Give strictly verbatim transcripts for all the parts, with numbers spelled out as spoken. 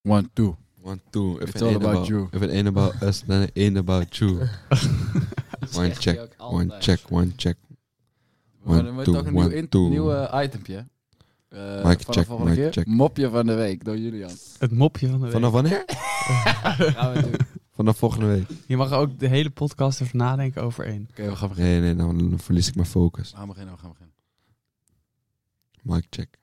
One, two. One, two. If It's it all ain't about about you. If it ain't about us, then it ain't about you. One check, one check, one check. We hebben One, two, toch een one, nieuw, in, two. nieuw uh, itempje. Uh, Mic vanaf check, volgende mic keer. check. Mopje van de week door Julian. Het mopje van de week. Vanaf wanneer? Gaan we doen. Oké, Vanaf volgende week. Je mag ook de hele podcast even nadenken over één. we gaan beginnen. Nee, nee, dan, dan verlies ik mijn focus. We gaan beginnen, we gaan beginnen. Mic check.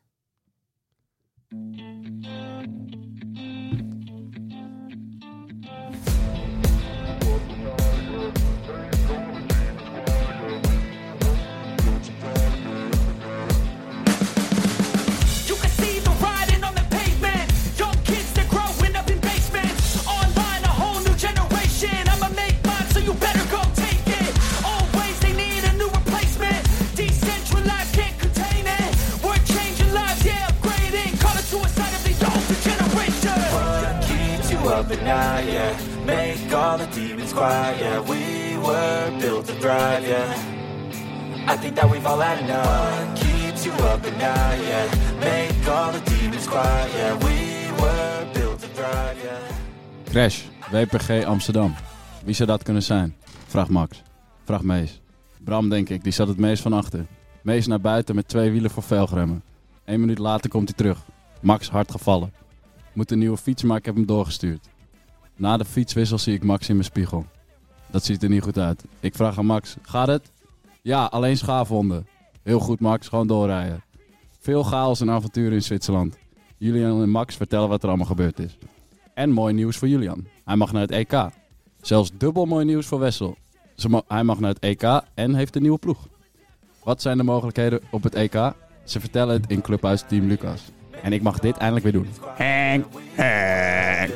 Up at night, yeah. Make all the demons quiet, yeah. We were built to thrive, yeah. I think that we've all had enough. What keeps you up at night, yeah. Make all the demons quiet, yeah. We were built to thrive, yeah. Crash, W P G Amsterdam. Wie zou dat kunnen zijn? Vraag Max. Vraag Mees. Bram, denk ik, die zat het meest van achter. Mees naar buiten met twee wielen voor velgremmen. Eén minuut later komt hij terug. Max hard gevallen. Moet een nieuwe fiets, maar ik heb hem doorgestuurd. Na de fietswissel zie ik Max in mijn spiegel. Dat ziet er niet goed uit. Ik vraag aan Max, gaat het? Ja, alleen schaafwonden. Heel goed Max, gewoon doorrijden. Veel chaos en avonturen in Zwitserland. Julian en Max vertellen wat er allemaal gebeurd is. En mooi nieuws voor Julian. Hij mag naar het E K. Zelfs dubbel mooi nieuws voor Wessel. Ze ma- hij mag naar het E K en heeft een nieuwe ploeg. Wat zijn de mogelijkheden op het E K? Ze vertellen het in Clubhuis Team Lucas. En ik mag dit eindelijk weer doen. Henk, Henk.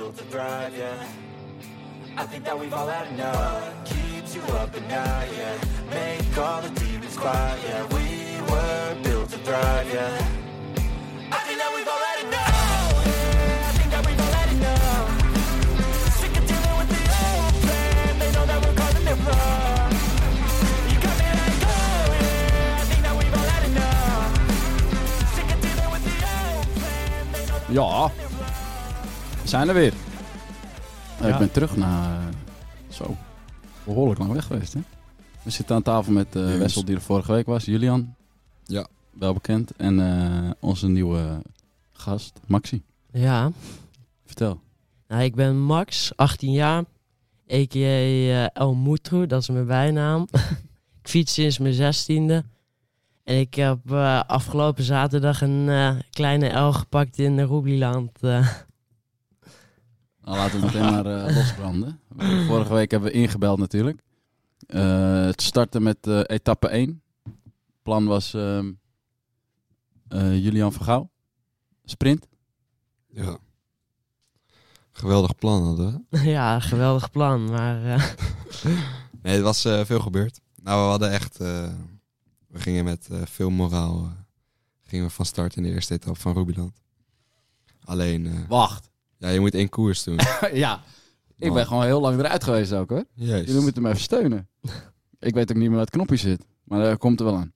I think that we've all had enough. What keeps you up at night, yeah. Make all the demons quiet, yeah. We were built to thrive, yeah. I think that we've all had enough. Yeah, I think that we've all had enough. Sick of dealing with the old plan. They know that we're causing it wrong. You got me like, oh yeah. I think that we've all had enough. Sick of dealing with the old plan. They know that Ja, we zijn er weer. Uh, Ja. Ik ben terug na uh, zo behoorlijk lang weg geweest. Hè? We zitten aan tafel met uh, Yes. Wessel die er vorige week was. Julian. Ja. Wel bekend. En uh, onze nieuwe gast, Maxi. Ja, Vertel. nou, ik ben Max, achttien jaar, a k a. Uh, El Moutru, dat is mijn bijnaam. Ik fiets sinds mijn zestiende. En ik heb uh, afgelopen zaterdag een uh, kleine L gepakt in uh, Roebliland. Uh. Nou, laten we meteen maar uh, losbranden. Vorige week hebben we ingebeld natuurlijk. Uh, het startte met uh, etappe één. Het plan was uh, uh, Julian Vergouw. Sprint. Ja. Geweldig plan hadden we. Ja, geweldig plan, maar uh, Nee, er was uh, veel gebeurd. Nou, we hadden echt... Uh, we gingen met uh, veel moraal... Uh, gingen we van start in de eerste etappe van Rubiland. Alleen... Uh, Wacht. ja, je moet één koers doen. Ja, ik Man. ben gewoon heel lang eruit geweest ook hoor. Juist. Jullie moeten me even steunen. Ik weet ook niet meer waar het knopje zit. Maar dat komt er wel aan.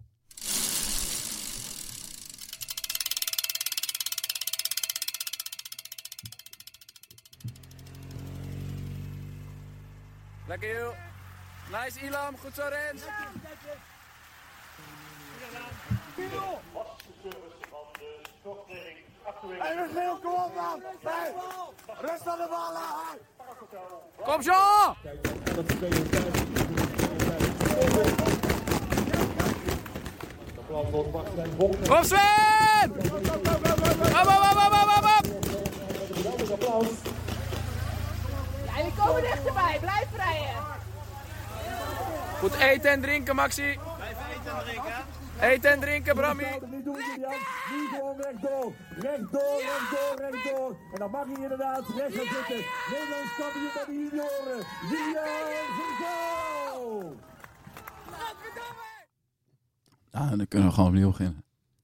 Lekker joh. Nice Ilam, goed zo Rens. Kom zo! Kom Sven! Hop, hop, hop, hop, hop, hop. Ja, jullie komen dichterbij. Blijf rijden. Goed eten en drinken, Maxi. Blijf eten en drinken. Eten en drinken, Brammy. Nu doen we Julian. Nu gewoon rechtdoor. Rechtdoor, rechtdoor, rechtdoor. En dan mag hij inderdaad recht gaan zitten. Nederlands kampioen bij de junioren. Julian Vergouw. Ja, dan kunnen we gewoon opnieuw beginnen.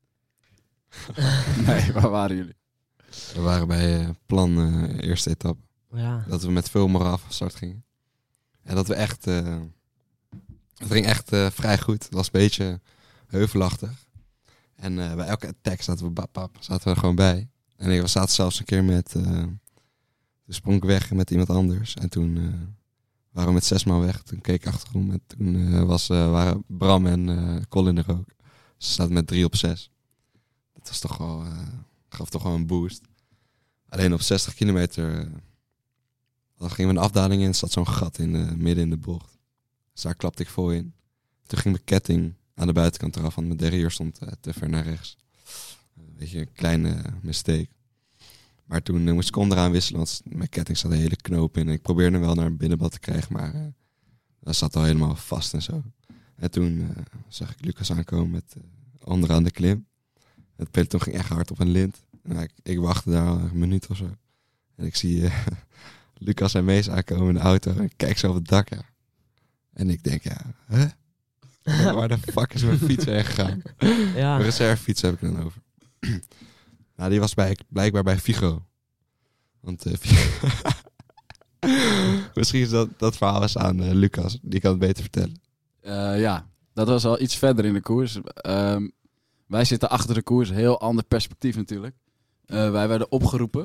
Nee, waar waren jullie? We waren bij uh, plan uh, eerste etappe. ja. Dat we met veel moraal van start gingen. En dat we echt... Uh, het ging echt uh, vrij goed. Het was een beetje heuvelachtig. En uh, bij elke attack zaten we bap, bap, zaten we er gewoon bij. En ik was zaten zelfs een keer met, uh, Toen sprong ik weg met iemand anders. En toen uh, waren we met zes man weg. Toen keek ik achterom. En toen uh, was, uh, waren Bram en uh, Colin er ook. Ze zaten met drie op zes. Dat was toch wel, uh, gaf toch wel een boost. Alleen op zestig kilometer... Uh, dan gingen we een afdaling in. Er zat zo'n gat in, uh, midden in de bocht. Dus daar klapte ik vol in. Toen ging mijn ketting aan de buitenkant eraf. Want mijn derrière stond uh, te ver naar rechts. Uh, weet je, een kleine uh, mistake. Maar toen uh, moest ik onderaan wisselen. Want mijn ketting zat een hele knoop in. En ik probeerde hem wel naar een binnenbad te krijgen. Maar uh, dat zat al helemaal vast en zo. En toen uh, zag ik Lucas aankomen met uh, onderaan de klim. Het peloton ging echt hard op een lint. En ik, ik wachtte daar al een minuut of zo. En ik zie uh, Lucas en Mees aankomen in de auto. En ik kijk zo op het dak. Ja. En ik denk, ja, hè? Waar de fuck is mijn fiets heen gegaan? Ja. Mijn reservefiets heb ik dan over. Nou, die was bij, blijkbaar bij Figo. Want uh, Figo... Misschien is dat, dat verhaal eens aan uh, Lucas. Die kan het beter vertellen. Uh, ja, dat was al iets verder in de koers. Um, wij zitten achter de koers. Heel ander perspectief natuurlijk. Uh, wij werden opgeroepen.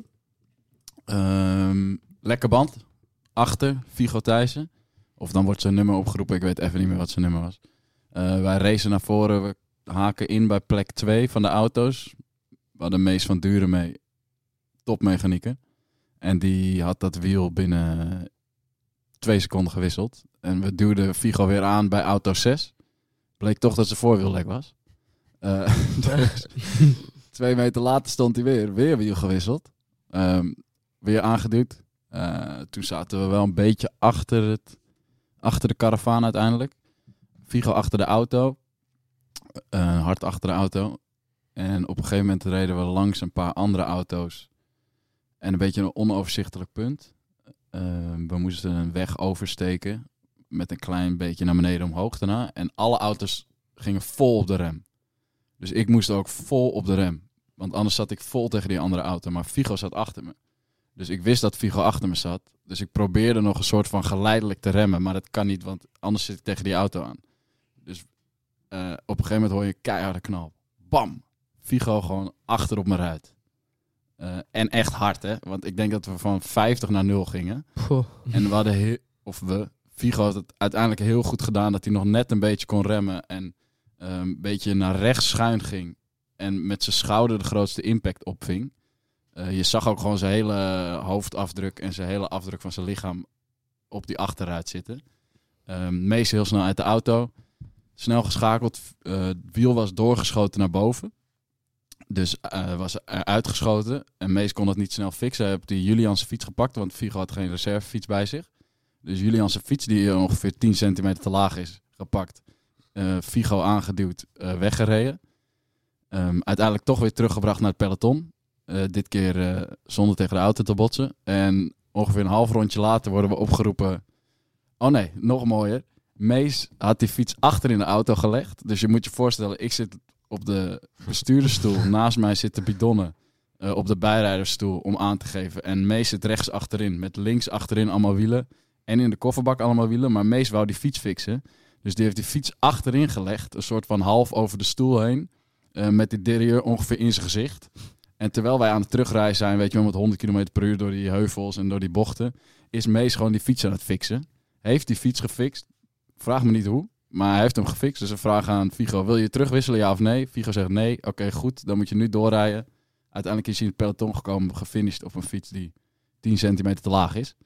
Um, lekker band. Achter Figo Thijssen. Of dan wordt zijn nummer opgeroepen. Ik weet even niet meer wat zijn nummer was. Uh, wij racen naar voren. We haken in bij plek twee van de auto's. We hadden Mees van Duren mee. Topmechanieker. En die had dat wiel binnen twee seconden gewisseld. En we duwden Figo weer aan bij auto zes. Bleek toch dat zijn voorwiel lek was. Uh, dus twee meter later stond hij weer. Weer wiel gewisseld. Um, weer aangeduwd. Uh, toen zaten we wel een beetje achter, het, achter de karavaan uiteindelijk. Figo achter de auto. Uh, hard achter de auto. En op een gegeven moment reden we langs een paar andere auto's. En een beetje een onoverzichtelijk punt. Uh, we moesten een weg oversteken. Met een klein beetje naar beneden omhoog daarna. En alle auto's gingen vol op de rem. Dus ik moest ook vol op de rem. Want anders zat ik vol tegen die andere auto. Maar Figo zat achter me. Dus ik wist dat Figo achter me zat. Dus ik probeerde nog een soort van geleidelijk te remmen. Maar dat kan niet, want anders zit ik tegen die auto aan. Dus uh, op een gegeven moment hoor je een keiharde knal. Bam! Figo gewoon achter op mijn ruit. Uh, en echt hard, hè. Want ik denk dat we van vijftig naar nul gingen. Goh. En we hadden heel... Of we... Figo had het uiteindelijk heel goed gedaan. Dat hij nog net een beetje kon remmen. En uh, een beetje naar rechts schuin ging. En met zijn schouder de grootste impact opving. Uh, je zag ook gewoon zijn hele hoofdafdruk. En zijn hele afdruk van zijn lichaam op die achterruit zitten. Uh, Mees heel snel uit de auto. Snel geschakeld. Uh, het wiel was doorgeschoten naar boven. Dus uh, was er uitgeschoten. En Mees kon dat niet snel fixen. Hij heeft die Julian's fiets gepakt. Want Figo had geen reservefiets bij zich. Dus Julian's fiets, die ongeveer tien centimeter te laag is, gepakt. Uh, Figo aangeduwd, uh, weggereden. Um, uiteindelijk toch weer teruggebracht naar het peloton. Uh, dit keer uh, zonder tegen de auto te botsen. En ongeveer een half rondje later worden we opgeroepen. Oh nee, nog mooier. Mees had die fiets achter in de auto gelegd. Dus je moet je voorstellen, ik zit op de bestuurdersstoel. Naast mij zitten bidonnen uh, op de bijrijdersstoel om aan te geven. En Mees zit rechts achterin. Met links achterin allemaal wielen. En in de kofferbak allemaal wielen. Maar Mees wou die fiets fixen. Dus die heeft die fiets achterin gelegd. Een soort van half over de stoel heen. Uh, met die derailleur ongeveer in zijn gezicht. En terwijl wij aan het terugrijden zijn, weet je wel, met honderd kilometer per uur door die heuvels en door die bochten, is Mees gewoon die fiets aan het fixen. Heeft die fiets gefixt. Vraag me niet hoe, maar hij heeft hem gefixt. Dus we vragen aan Figo, wil je terugwisselen, ja of nee? Figo zegt nee. Oké, okay, goed, dan moet je nu doorrijden. Uiteindelijk is hij in het peloton gekomen, gefinished op een fiets die tien centimeter te laag is.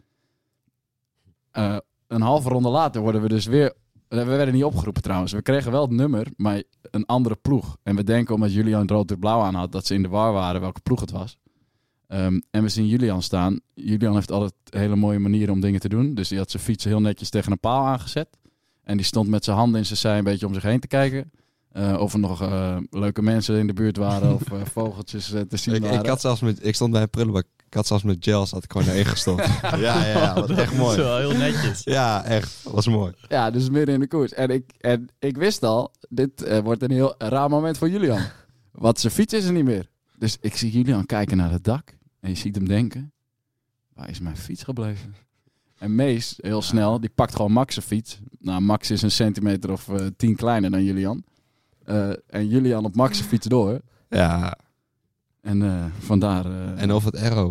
Uh, een halve ronde later worden we dus weer... We werden niet opgeroepen trouwens. We kregen wel het nummer, maar een andere ploeg. En we denken omdat Julian rood-wit-blauw aan had, dat ze in de war waren welke ploeg het was. Um, en we zien Julian staan. Julian heeft altijd hele mooie manieren om dingen te doen. Dus die had zijn fiets heel netjes tegen een paal aangezet. En die stond met zijn handen in zijn zij een beetje om zich heen te kijken. Uh, of er nog uh, leuke mensen in de buurt waren of uh, vogeltjes uh, te zien ik, waren. Ik, had zelfs met, ik stond bij een prullenbak. Ik had zelfs met gels had ik gewoon erin gestopt. ja, ja, ja, wat echt mooi. Zo, heel netjes. Ja, echt. Was mooi. Ja, dus midden in de koers. En ik, en ik wist al, dit uh, wordt een heel raar moment voor Julian. Want zijn fiets is er niet meer. Dus ik zie Julian kijken naar het dak. En je ziet hem denken, waar is mijn fiets gebleven? En Mees, heel snel, die pakt gewoon Max' fiets. Nou, Max is een centimeter of uh, tien kleiner dan Julian. Uh, en Julian op Max' fiets door. Ja. En uh, vandaar... Uh, en of het Aero was.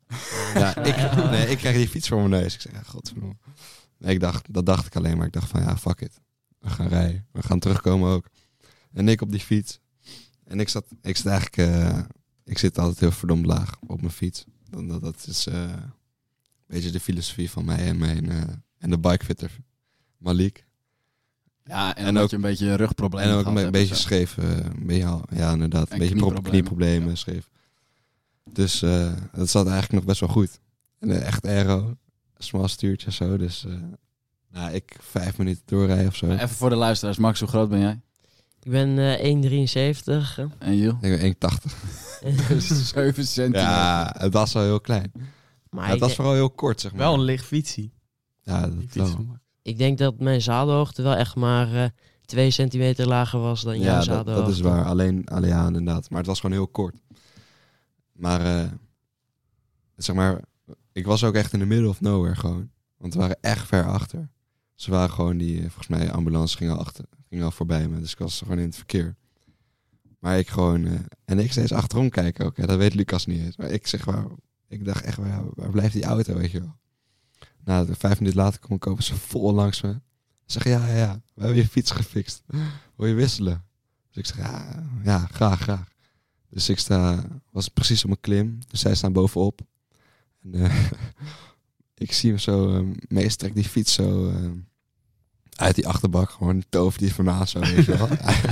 Ja, ik, nee, ik kreeg die fiets voor mijn neus. Ik zei, ja, godverdomme. Nee, ik dacht, dat dacht ik alleen maar. Ik dacht van, ja, fuck it. We gaan rijden. We gaan terugkomen ook. En ik op die fiets. En ik zat, ik zat eigenlijk... Uh, ik zit altijd heel verdomd laag op mijn fiets. Dat, dat, dat is uh, een beetje de filosofie van mij en mijn... Uh, en de bikefitter Malik. Ja, en, En ook ook- je een beetje rugproblemen En ook gehad een hebt beetje of zo. scheef. Uh, een beetje, ja, inderdaad. En Een beetje pro- knieproblemen. knieproblemen, scheef. Dus uh, dat zat eigenlijk nog best wel goed. En uh, echt aero. Smal stuurtje en zo. Dus uh, nou, ik vijf minuten doorrijden of zo. Maar even voor de luisteraars. Max, hoe groot ben jij? Ik ben uh, één komma drieënzeventig. eh. En Jill? Ik ben één komma tachtig. Dus zeven centimeter. Ja, het was wel heel klein. Maar Maar ik, het was denk- vooral heel kort, zeg maar. Wel een licht fietsie. Ja, Die dat fiets wel. van Max. ik denk dat mijn zadelhoogte wel echt maar uh, twee centimeter lager was dan jouw Ja, dat, zadelhoogte. dat is waar. Alleen, alleen ja, inderdaad. Maar het was gewoon heel kort. Maar, uh, zeg maar, ik was ook echt in the middle of nowhere gewoon. Want we waren echt ver achter. Ze waren gewoon die, uh, volgens mij, ambulance ging al, achter, ging al voorbij me. Dus ik was gewoon in het verkeer. Maar ik gewoon, uh, en ik steeds achterom kijken ook. Ja, dat weet Lucas niet eens. Maar ik zeg, waar, ik dacht echt, waar, waar blijft die auto, weet je wel. Nou, vijf minuten later kom ik over ze vol langs me. Ik zeg, ja, ja, ja, we hebben je fiets gefixt. Wil je wisselen? Dus ik zeg, ja, ja, graag, graag. Dus ik sta, was precies op mijn klim. Dus zij staan bovenop. En uh, ik zie hem zo, uh, meest trekt die fiets zo uh, uit die achterbak. Gewoon tover die vandaan zo, weet je wel.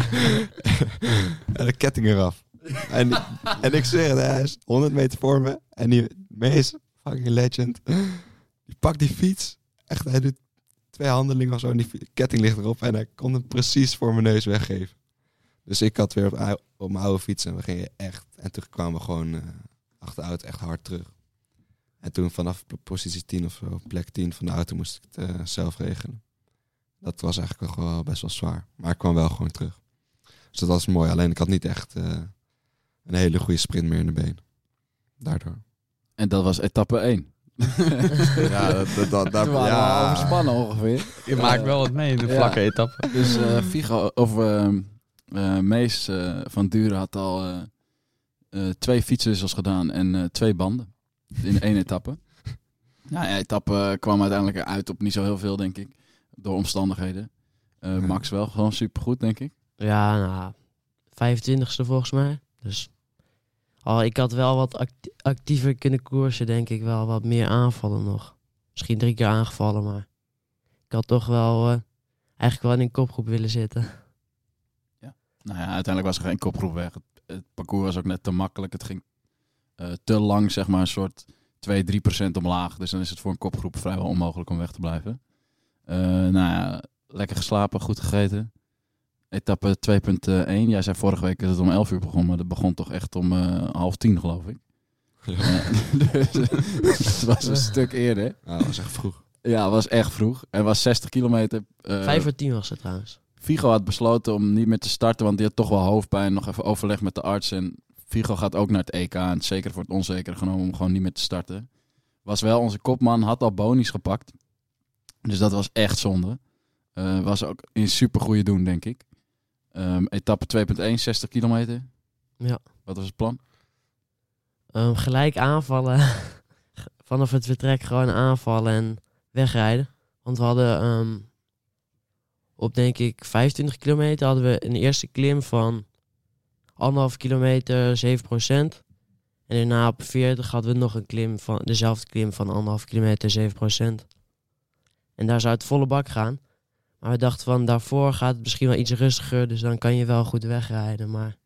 En de ketting eraf. En, en ik zeg het, hij is honderd meter voor me. En die meest fucking legend, die pakt die fiets. Echt, hij doet twee handelingen of zo. En die fi- ketting ligt erop. En hij kon hem precies voor mijn neus weggeven. Dus ik had weer op, ou- op mijn oude fiets en we gingen echt... En toen kwamen we gewoon uh, achter de auto echt hard terug. En toen vanaf positie tien of zo, plek tien van de auto, moest ik het uh, zelf regelen. Dat was eigenlijk wel, wel best wel zwaar. Maar ik kwam wel gewoon terug. Dus dat was mooi. Alleen ik had niet echt uh, een hele goede sprint meer in de been. Daardoor. En dat was etappe één. Ja, dat, dat, dat, dat Toen waren we al overspannen ongeveer. Je maakt wel wat mee in de Ja. vlakke etappe. Dus uh, Figo, of uh, uh, Mees uh, van Duren had al uh, uh, twee fietswissels gedaan en uh, twee banden in één etappe. Nou ja, etappe uh, kwam uiteindelijk uit op niet zo heel veel, denk ik. Door omstandigheden. Uh, Max wel gewoon supergoed, denk ik. Ja, nou, vijfentwintigste volgens mij. Dus al, ik had wel wat acti- actiever kunnen koersen, denk ik wel. Wat meer aanvallen nog. Misschien drie keer aangevallen, maar ik had toch wel uh, eigenlijk wel in een kopgroep willen zitten. Nou ja, uiteindelijk was er geen kopgroep weg. Het, het parcours was ook net te makkelijk. Het ging uh, te lang, zeg maar, een soort twee, drie procent omlaag. Dus dan is het voor een kopgroep vrijwel onmogelijk om weg te blijven. Uh, nou ja, lekker geslapen, goed gegeten. Etappe twee punt één. Jij zei vorige week dat het om elf uur begon, maar dat begon toch echt om uh, half tien, geloof ik. Ja. Uh, dus het was een stuk eerder. Ja, dat was echt vroeg. Ja, het was echt vroeg. En was zestig kilometer. Uh, Vijf voor tien was het trouwens. Figo had besloten om niet meer te starten, want die had toch wel hoofdpijn. Nog even overleg met de arts. En Figo gaat ook naar het E K. En het zeker voor het onzekere genomen om gewoon niet meer te starten. Was wel onze kopman, had al bonies gepakt. Dus dat was echt zonde. Uh, was ook een supergoeie doen, denk ik. Um, etappe twee punt één, zestig kilometer. Ja. Wat was het plan? Um, gelijk aanvallen. Vanaf het vertrek gewoon aanvallen en wegrijden. Want we hadden um, op denk ik vijfentwintig kilometer hadden we een eerste klim van anderhalf kilometer, zeven procent. En daarna op veertig hadden we nog een klim van dezelfde klim van anderhalf kilometer, zeven procent. En daar zou het volle bak gaan. Maar we dachten van daarvoor gaat het misschien wel iets rustiger, dus dan kan je wel goed wegrijden. Maar,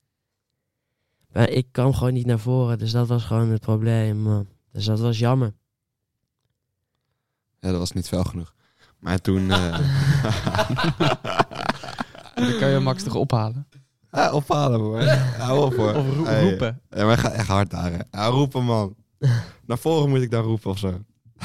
maar ik kwam gewoon niet naar voren, dus dat was gewoon het probleem. Dus dat was jammer. Ja, dat was niet fel genoeg. Maar toen... Uh... Dan kan je Max toch ophalen? Ja, ophalen hoor. Hou op hoor. Of ro- Hey. roepen. Ja, maar gaat echt hard daar. Hè. Ja, roepen man. Naar voren moet ik dan roepen of zo.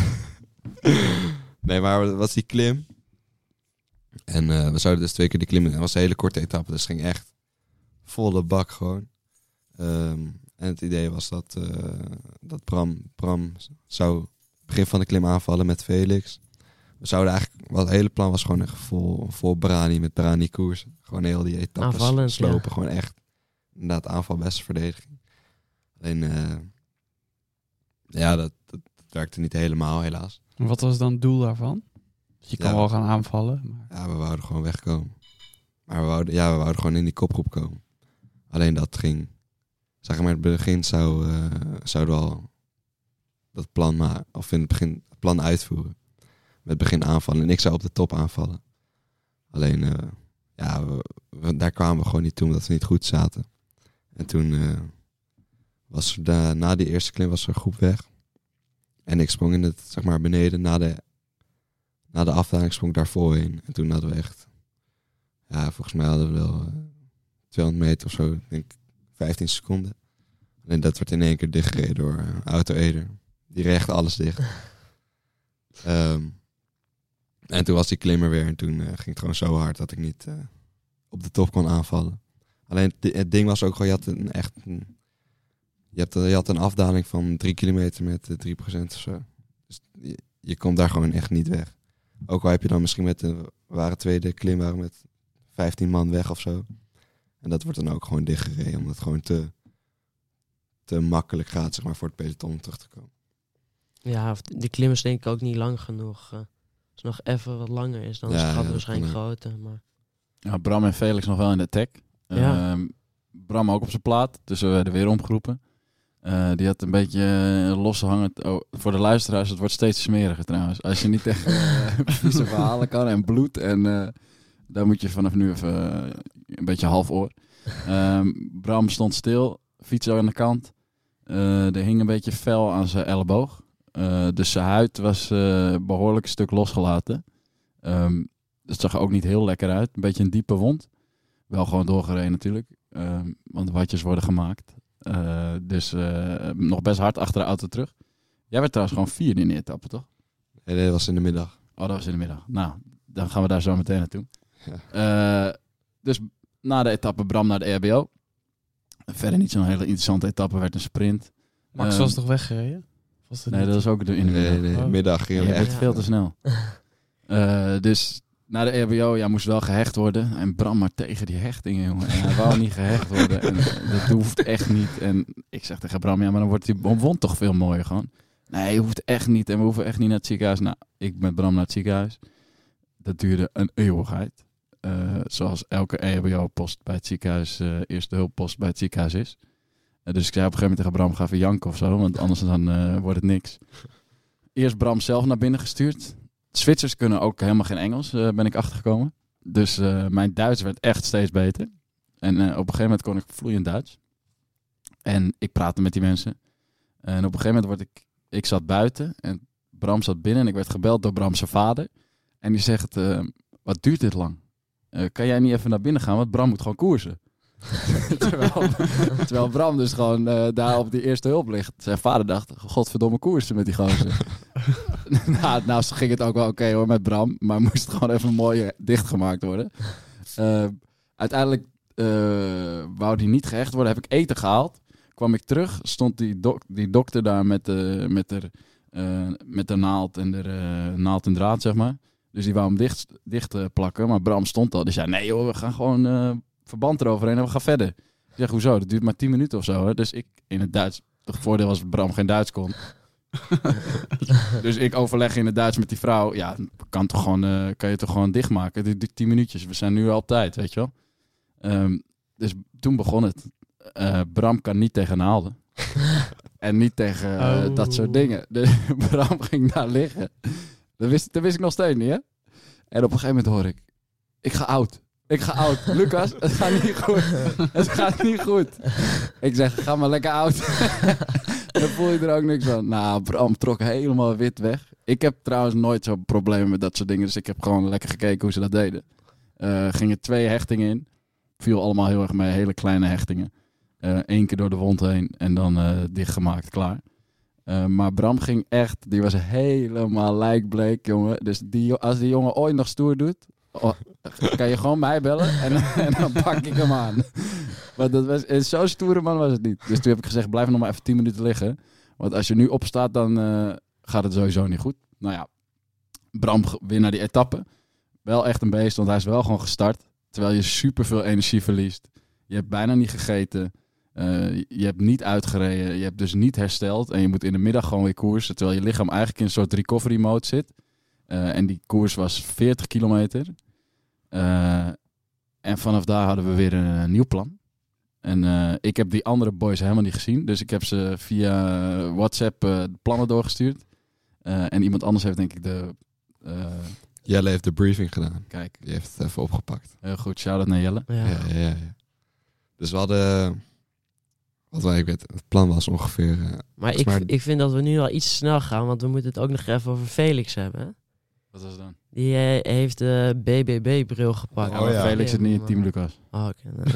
Nee, maar dat was die klim. En uh, we zouden dus twee keer die klimmen. Dat was een hele korte etappe. Dus het ging echt volle bak gewoon. Um, en het idee was dat, uh, dat Bram, Bram zou begin van de klim aanvallen met Felix. We zouden eigenlijk, wat het hele plan was gewoon echt vol, vol Brani, met Brani koers. Gewoon heel die etappes Aanvallend, slopen. ja. Gewoon echt, inderdaad, aanval, beste verdediging. Alleen, uh, Ja, dat, dat, dat werkte niet helemaal, helaas. Wat was dan het doel daarvan? Dus je kan Ja. wel gaan aanvallen. Maar... Ja, we wouden gewoon wegkomen. Maar we wouden, ja, we wouden gewoon in die kopgroep komen. Alleen dat ging... Zeg maar, in het begin zou, uh, zouden we al dat plan maken. Of in het begin het plan uitvoeren. Met begin aanvallen. En ik zou op de top aanvallen. Alleen, uh, ja, we, we, daar kwamen we gewoon niet toe, omdat we niet goed zaten. En toen uh, was er da, na die eerste klim was er een groep weg. En ik sprong in het, zeg maar, beneden. Na de, na de afdaling sprong ik daarvoor heen. En toen hadden we echt... Ja, volgens mij hadden we wel uh, tweehonderd meter of zo. Ik denk vijftien seconden. En dat werd in één keer dichtgereden door uh, Auto Eder. Die reed echt alles dicht. um, en toen was die klimmer weer. En toen uh, ging het gewoon zo hard dat ik niet uh, op de top kon aanvallen. Alleen het, het ding was ook gewoon, je had een echt... Een, je, hebt, je had een afdaling van drie kilometer met uh, drie procent of zo. Dus je, je komt daar gewoon echt niet weg. Ook al heb je dan misschien met de... We waren tweede klim, waren met vijftien man weg of zo. En dat wordt dan ook gewoon dichtgereden. Omdat het gewoon te, te makkelijk gaat, zeg maar, voor het peloton om terug te komen. Ja, of de klim is denk ik ook niet lang genoeg. Uh, als het nog even wat langer is, dan is Ja, het gat ja, waarschijnlijk dat groter. Maar... Ja, Bram en Felix nog wel in de tech. Ja. Uh, Bram ook op zijn plaat, dus we werden weer omgeroepen. Uh, die had een beetje uh, losse hangend... Oh, voor de luisteraars, het wordt steeds smeriger trouwens. Als je niet tegen uh, vieze verhalen kan en bloed. En uh, daar moet je vanaf nu even uh, een beetje half oor. Um, Bram stond stil, fiets aan de kant. Uh, er hing een beetje fel aan zijn elleboog. Uh, dus zijn huid was uh, behoorlijk een stuk losgelaten. Um, het zag er ook niet heel lekker uit. Een beetje een diepe wond. Wel gewoon doorgereden natuurlijk. Um, want watjes worden gemaakt. Uh, dus uh, nog best hard achter de auto terug. Jij werd trouwens gewoon vierde in de etappe, toch? Nee, dat was in de middag. Oh, dat was in de middag. Nou, dan gaan we daar zo meteen naartoe. Ja. Uh, dus na de etappe Bram naar de R B O. Verder niet zo'n hele interessante etappe, werd een sprint. Max uh, was toch weggereden? Was dat nee, niet? dat was ook de in de middag. Nee, nee, Oh. middag ging Je we bent echt... veel te snel. Uh, dus na de R B O, ja, moest wel gehecht worden. En Bram maar tegen die hechtingen, jongen. En hij wou niet gehecht worden. En dat hoeft echt niet. En ik zeg tegen Bram, ja, maar dan wordt die wond toch veel mooier gewoon. Nee, je hoeft echt niet. En we hoeven echt niet naar het ziekenhuis. Nou, ik met Bram naar het ziekenhuis. Dat duurde een eeuwigheid. Uh, zoals elke E H B O-post bij het ziekenhuis, uh, eerste hulppost bij het ziekenhuis is. Uh, dus ik zei op een gegeven moment tegen Bram, ga even janken of zo, want anders dan uh, wordt het niks. Eerst Bram zelf naar binnen gestuurd. Zwitsers kunnen ook helemaal geen Engels, uh, ben ik achtergekomen. Dus uh, mijn Duits werd echt steeds beter. En uh, op een gegeven moment kon ik vloeiend Duits. En ik praatte met die mensen. En op een gegeven moment word ik, ik zat buiten en Bram zat binnen en ik werd gebeld door Bram zijn vader. En die zegt, uh, wat duurt dit lang? Uh, kan jij niet even naar binnen gaan, want Bram moet gewoon koersen. terwijl, terwijl Bram dus gewoon uh, daar op die eerste hulp ligt. Zijn vader dacht, godverdomme koersen met die gozer. nou, nou ging het ook wel oké okay, hoor met Bram, maar moest het gewoon even mooi dichtgemaakt worden. Uh, uiteindelijk uh, wou die niet gehecht worden, heb ik eten gehaald. Kwam ik terug, stond die, dok- die dokter daar met de, met de, uh, met de naald en de uh, naald en draad, zeg maar. Dus die wou hem dicht, dicht uh, plakken, maar Bram stond al. Die zei, nee joh, we gaan gewoon uh, verband eroverheen en we gaan verder. Ik zeg, hoezo? Dat duurt maar tien minuten of zo. Hè? Dus ik in het Duits, het voordeel was dat Bram geen Duits kon. Dus ik overleg in het Duits met die vrouw. Ja, kan, toch gewoon, uh, kan je toch gewoon dichtmaken? Die, die tien minuutjes, we zijn nu al op tijd, weet je wel. Um, dus toen begon het. Uh, Bram kan niet tegen naalden. En niet tegen uh, oh. dat soort dingen. Dus Bram ging daar liggen. Dat wist, dat wist ik nog steeds niet, hè? En op een gegeven moment hoor ik... Ik ga oud. Ik ga oud. Lucas, het gaat niet goed. Het gaat niet goed. Ik zeg, ga maar lekker oud. Dan voel je er ook niks van. Nou, Bram trok helemaal wit weg. Ik heb trouwens nooit zo'n probleem met dat soort dingen. Dus ik heb gewoon lekker gekeken hoe ze dat deden. Uh, gingen twee hechtingen in. Viel allemaal heel erg mee. Hele kleine hechtingen. Eén uh, keer door de wond heen. En dan uh, dichtgemaakt. Klaar. Uh, maar Bram ging echt, die was helemaal lijkbleek, jongen. Dus die, als die jongen ooit nog stoer doet, oh, kan je gewoon mij bellen en, en dan pak ik hem aan. Maar dat was, zo'n stoere man was het niet. Dus toen heb ik gezegd, blijf nog maar even tien minuten liggen. Want als je nu opstaat, dan uh, gaat het sowieso niet goed. Nou ja, Bram weer naar die etappe. Wel echt een beest, want hij is wel gewoon gestart. Terwijl je super veel energie verliest. Je hebt bijna niet gegeten. Uh, je hebt niet uitgereden, je hebt dus niet hersteld. En je moet in de middag gewoon weer koersen. Terwijl je lichaam eigenlijk in een soort recovery mode zit. Uh, en die koers was veertig kilometer. Uh, en vanaf daar hadden we weer een, een nieuw plan. En uh, ik heb die andere boys helemaal niet gezien. Dus ik heb ze via WhatsApp uh, de plannen doorgestuurd. Uh, en iemand anders heeft denk ik de... Uh, Jelle heeft de briefing gedaan. Kijk. Die heeft het even opgepakt. Heel goed, shout-out naar Jelle. Ja. Ja, ja, ja. Dus we hadden... Wat wij, ik weet, het plan was ongeveer... Uh, Maar ik, maar... ik vind dat we nu al iets snel gaan, want we moeten het ook nog even over Felix hebben. Hè? Wat was dan? Die uh, heeft de B B B-bril gepakt. Oh, ja. Felix zit niet in Team Lucas. Oh, oké. Okay,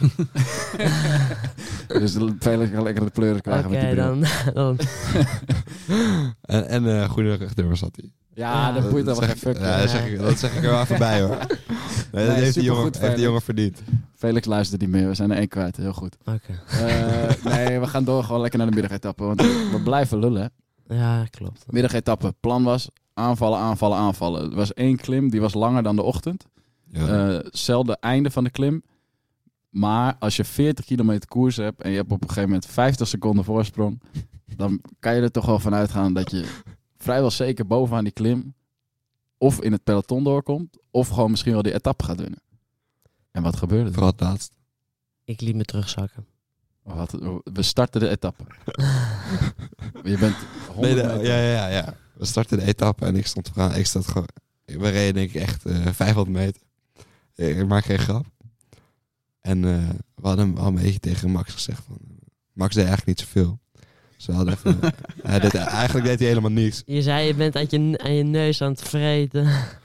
dus Felix kan lekker de pleuren krijgen okay, met die bril. dan... dan. en en uh, goede rugdeur zat hij. Ja, Ja, dat boeit allemaal geen fuck. Ja, dat zeg ik, dat zeg ik er wel even bij, hoor. Nee, dat Nee, heeft, die jongen, supergoed, heeft die jongen verdiend. Felix luistert niet meer, we zijn er één kwijt. Heel goed. Oké. Okay. Uh, nee, we gaan door gewoon lekker naar de middagetappe. Want we blijven lullen, hè. Ja, klopt. Middagetappe. Plan was aanvallen, aanvallen, aanvallen. Er was één klim, die was langer dan de ochtend. Ja. Uh, zelfde einde van de klim. Maar als je veertig kilometer koers hebt en je hebt op een gegeven moment vijftig seconden voorsprong, dan kan je er toch wel van uitgaan dat je vrijwel zeker bovenaan die klim of in het peloton doorkomt, of gewoon misschien wel die etappe gaat winnen. En wat gebeurde er? Vooral het laatst. Ik liet me terugzakken. Wat, we starten de etappe. Je bent Nee, de, meter. ja, ja, ja. We startten de etappe en ik stond vooraan. Ik stond gewoon... We reden denk ik echt uh, vijfhonderd meter. Ik maak geen grap. En uh, we hadden al een beetje tegen Max gezegd van... Max deed eigenlijk niet zoveel. Dus we hadden even... hij deed, eigenlijk deed hij helemaal niets. Je zei, je bent uit je, aan je neus aan het vreten.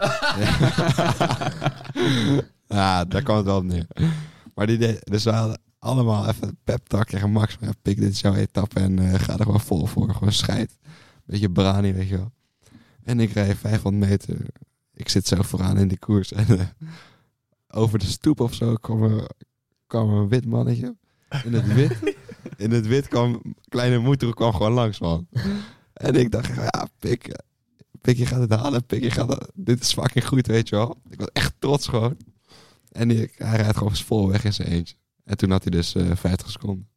Ja, daar kwam het wel op neer. Maar die deed... Dus we hadden allemaal even een pep talk tegen Max. Ja, pik, dit is jouw etappe en uh, ga er gewoon vol voor. Gewoon scheid. Beetje brani, weet je wel. En ik rijd vijfhonderd meter. Ik zit zo vooraan in die koers. En uh, over de stoep of zo kwam er, kwam er een wit mannetje. In het wit. In het wit kwam... Kleine moeder kwam gewoon langs, man. En ik dacht, ja, pik. Pik, je gaat het halen. Pik, je gaat het, dit is fucking goed, weet je wel. Ik was echt trots gewoon. En die, hij rijdt gewoon vol weg in zijn eentje. En toen had hij dus uh, vijftig seconden.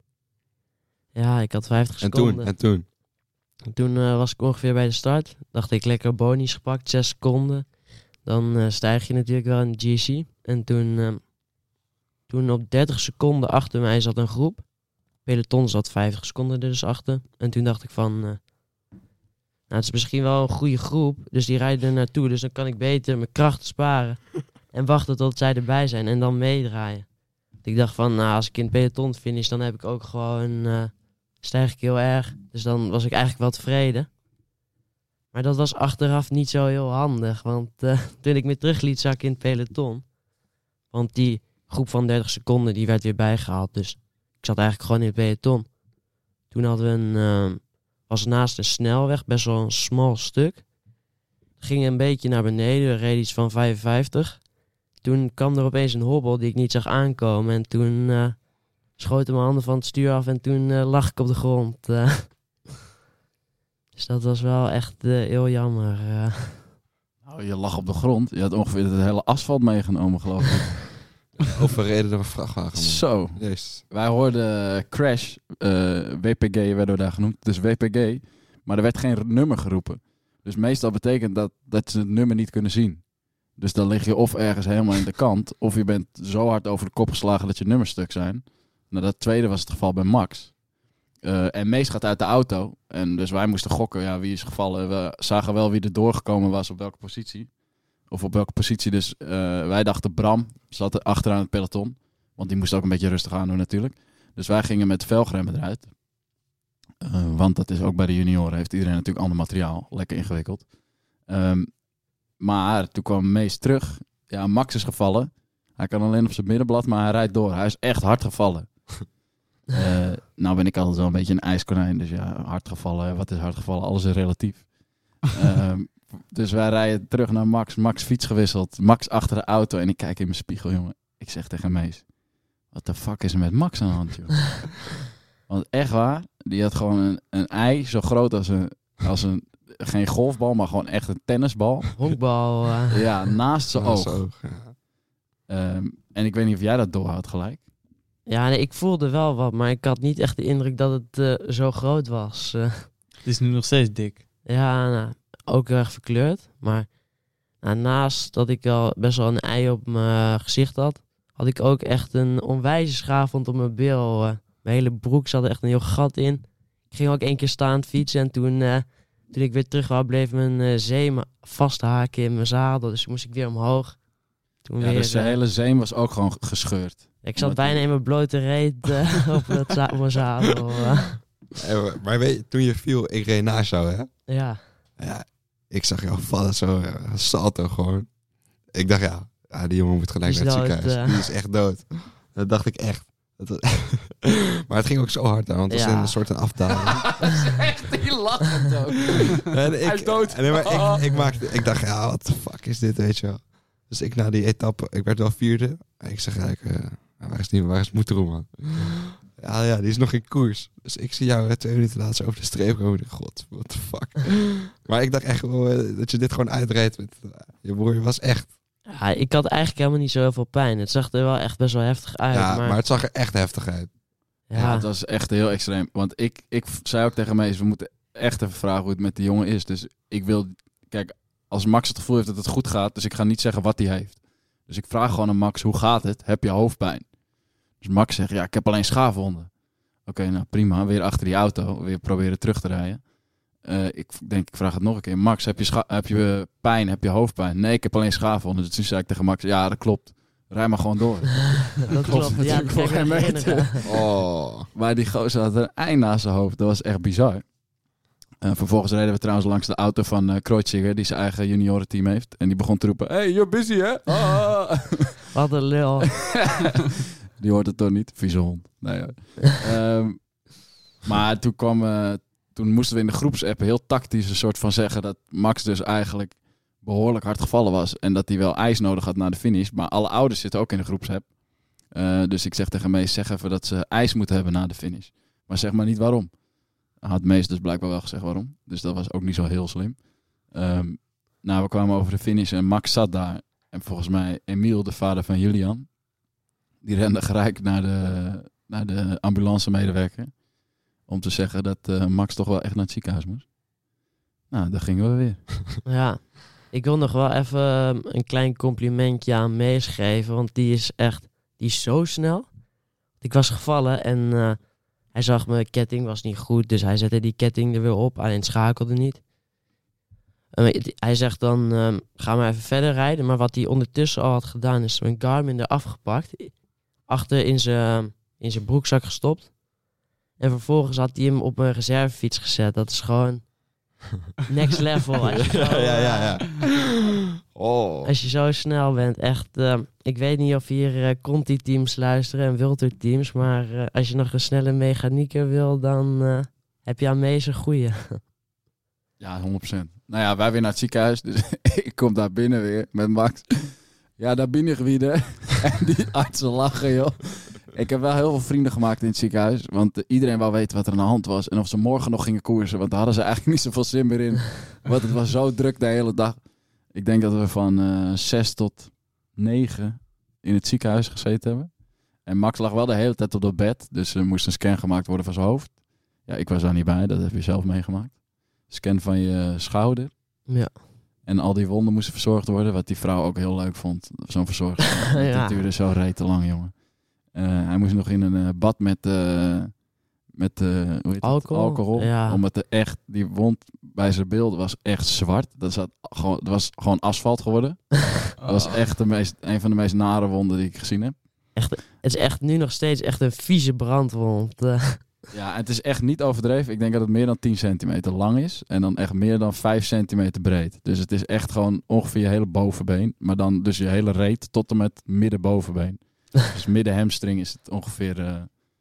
Ja, ik had vijftig En seconden. toen, en toen. En toen uh, was ik ongeveer bij de start. Dacht ik lekker bonies gepakt, zes seconden. Dan uh, stijg je natuurlijk wel in de G C. En toen, uh, toen op dertig seconden achter mij zat een groep. Peloton zat vijftig seconden er dus achter. En toen dacht ik van... Uh, nou, het is misschien wel een goede groep. Dus die rijden er naartoe. Dus dan kan ik beter mijn krachten sparen. En wachten tot zij erbij zijn. En dan meedraaien. Ik dacht van, nou, als ik in het peloton finish, dan heb ik ook gewoon... Uh, stijg ik heel erg. Dus dan was ik eigenlijk wel tevreden. Maar dat was achteraf niet zo heel handig. Want uh, toen ik me terug liet zakken in het peloton... Want die groep van dertig seconden, die werd weer bijgehaald. Dus ik zat eigenlijk gewoon in het peloton. Toen hadden we een... Uh, was naast een snelweg, best wel een smal stuk. Ging een beetje naar beneden, we reden iets van vijfenvijftig. Toen kwam er opeens een hobbel die ik niet zag aankomen. En toen uh, schoten mijn handen van het stuur af en toen uh, lag ik op de grond. Uh. Dus dat was wel echt uh, heel jammer. Uh. Nou, je lag op de grond. Je had ongeveer het hele asfalt meegenomen, geloof ik. Overreden door een vrachtwagen, man. Zo. Jezus. Wij hoorden Crash, uh, W P G werden we daar genoemd, dus W P G. Maar er werd geen nummer geroepen. Dus meestal betekent dat dat ze het nummer niet kunnen zien. Dus dan lig je of ergens helemaal in de kant, of je bent zo hard over de kop geslagen dat je nummers stuk zijn. Nou, dat tweede was het geval bij Max. Uh, en Mees gaat uit de auto. En dus wij moesten gokken, ja, wie is gevallen. We zagen wel wie er doorgekomen was op welke positie. Of op welke positie. Dus uh, wij dachten Bram zat er achteraan het peloton. Want die moest ook een beetje rustig aan doen natuurlijk. Dus wij gingen met velgremmen eruit. Uh, want dat is ook bij de junioren. Heeft iedereen natuurlijk ander materiaal. Lekker ingewikkeld. Um, maar toen kwam Mees terug. Ja, Max is gevallen. Hij kan alleen op zijn middenblad, maar hij rijdt door. Hij is echt hard gevallen. uh, nou ben ik altijd wel een beetje een ijskonijn. Dus ja, hard gevallen. Wat is hard gevallen? Alles is relatief. um, dus wij rijden terug naar Max. Max fiets gewisseld. Max achter de auto. En ik kijk in mijn spiegel, jongen. Ik zeg tegen Mees: wat de fuck is er met Max aan de hand, joh? Want echt waar, die had gewoon een, een ei zo groot als een, als een... Geen golfbal, maar gewoon echt een tennisbal. Honkbal. Uh. Ja, naast zijn Naast oog. zijn oog, ja. Um, en ik weet niet of jij dat doorhoudt gelijk. Ja, nee, ik voelde wel wat, maar ik had niet echt de indruk dat het uh, zo groot was. Uh, Het is nu nog steeds dik. ja, nou, ook heel erg verkleurd. Maar nou, naast dat ik al best wel een ei op mijn gezicht had, had ik ook echt een onwijze schaafwond op mijn bil. Uh, mijn hele broek zat er echt een heel gat in. Ik ging ook één keer staan fietsen en toen, uh, toen ik weer terug wou, bleef mijn uh, zeem vasthaken in mijn zadel. Dus moest ik weer omhoog. Toen Ja, weer, dus de uh, hele zeem was ook gewoon gescheurd. ik zat Omdat bijna die- in mijn blote reet uh, op, het za- op mijn zadel. Uh, Eh, maar weet je, toen je viel, ik reed naast jou, hè? ja. Ja, ik zag jou vallen, zo uh, salto gewoon. Ik dacht, ja, ja, die jongen moet gelijk Die naar is het dood, ziekenhuis. uh. Die is echt dood. Dat dacht ik echt. Dat was- maar het ging ook zo hard aan, want het was Ja. een soort een afdaling. Echt, die lachend ook. En ik, Hij is dood. Nee, maar ik, ik, maakte, ik dacht, ja, wat de fuck is dit, weet je wel. Dus ik na die etappe, ik werd wel vierde. Ik zeg eigenlijk, uh, waar is die, waar is Moeteroe, man? Ja, ja, die is nog in koers. Dus ik zie jou uh, twee minuten later zo over de streep komen. God, what the fuck. Maar ik dacht echt wel uh, dat je dit gewoon uitreed met uh, je broer. Je was echt. Ja, ik had eigenlijk helemaal niet zo heel veel pijn. Het zag er wel echt best wel heftig uit. ja, maar, maar het zag er echt heftig uit. ja, Ja, het was echt heel extreem. Want ik, ik zei ook tegen Mees, we moeten echt even vragen hoe het met die jongen is. Dus ik wil, kijk, als Max het gevoel heeft dat het goed gaat, dus ik ga niet zeggen wat hij heeft. Dus ik vraag gewoon aan Max, hoe gaat het? Heb je hoofdpijn? Dus Max zegt, ja, ik heb alleen schaafwonden. Oké, okay, nou prima. Weer achter die auto, weer proberen terug te rijden. Uh, ik denk, ik vraag het nog een keer. Max, heb je, scha- heb je pijn? Heb je hoofdpijn? Nee, ik heb alleen schaafwonden. Dus toen zei ik tegen Max, ja, dat klopt. Rij maar gewoon door. dat klopt. Ja, natuurlijk dat voor kan ik me geen meter. herinneren. Oh. Maar die gozer had een ei naast zijn hoofd. Dat was echt bizar. Uh, vervolgens reden we trouwens langs de auto van uh, Kreuziger, die zijn eigen juniorenteam heeft. En die begon te roepen, hey, you're busy, hè? Ah. Wat een lul. Die hoort het toch niet? Vieze hond. Nee, um, maar toen kwam... Uh, toen moesten we in de groepsapp heel tactisch een soort van zeggen dat Max dus eigenlijk behoorlijk hard gevallen was. En dat hij wel ijs nodig had na de finish. Maar alle ouders zitten ook in de groepsapp. Uh, dus ik zeg tegen Mees, zeg even dat ze ijs moeten hebben na de finish. Maar zeg maar niet waarom. Had Mees dus blijkbaar wel gezegd waarom. Dus dat was ook niet zo heel slim. Um, nou, we kwamen over de finish en Max zat daar. En volgens mij Emiel, de vader van Julian, die rende gelijk naar de, naar de ambulancemedewerker. Om te zeggen dat uh, Max toch wel echt naar het ziekenhuis moest. Nou, daar gingen we weer. Ja, ik wil nog wel even een klein complimentje aan Mees geven. Want die is echt, die is zo snel. Ik was gevallen en uh, hij zag mijn ketting was niet goed. Dus hij zette die ketting er weer op. Alleen schakelde niet. Uh, hij zegt dan, uh, ga maar even verder rijden. Maar wat hij ondertussen al had gedaan is mijn Garmin eraf gepakt. Achter in zijn, in zijn broekzak gestopt. En vervolgens had hij hem op een reservefiets gezet. Dat is gewoon next level. Als je, zo, ja, ja, ja, ja. Oh. Als je zo snel bent. Echt, uh, ik weet niet of hier uh, Conti-teams luisteren en Wilter-teams. Maar uh, als je nog een snelle mechanieker wil, dan uh, heb je aan Mees een goeie. Ja, honderd procent. Nou ja, wij weer naar het ziekenhuis. Dus ik kom daar binnen weer met Max. Ja, daar ben ik weer. En die artsen lachen, joh. Ik heb wel heel veel vrienden gemaakt in het ziekenhuis. Want uh, iedereen wou weten wat er aan de hand was. En of ze morgen nog gingen koersen. Want daar hadden ze eigenlijk niet zoveel zin meer in. Want het was zo druk de hele dag. Ik denk dat we van uh, zes tot negen in het ziekenhuis gezeten hebben. En Max lag wel de hele tijd op dat bed. Dus er moest een scan gemaakt worden van zijn hoofd. Ja, ik was daar niet bij. Dat heb je zelf meegemaakt. Scan van je schouder. Ja. En al die wonden moesten verzorgd worden. Wat die vrouw ook heel leuk vond. Zo'n verzorging. Ja. Dat duurde zo rete lang, jongen. Uh, hij moest nog in een uh, bad met, uh, met uh, hoe heet Alcohol? het? Alcohol. Ja. Omdat er echt, die wond bij zijn beeld was echt zwart. Dat, zat gewoon, dat was gewoon asfalt geworden. Dat was echt de meest, een van de meest nare wonden die ik gezien heb. Echt, het is echt nu nog steeds echt een vieze brandwond. Uh, Ja, het is echt niet overdreven. Ik denk dat het meer dan tien centimeter lang is. En dan echt meer dan vijf centimeter breed. Dus het is echt gewoon ongeveer je hele bovenbeen. Maar dan dus je hele reet tot en met middenbovenbeen. Dus midden hamstring is het ongeveer uh,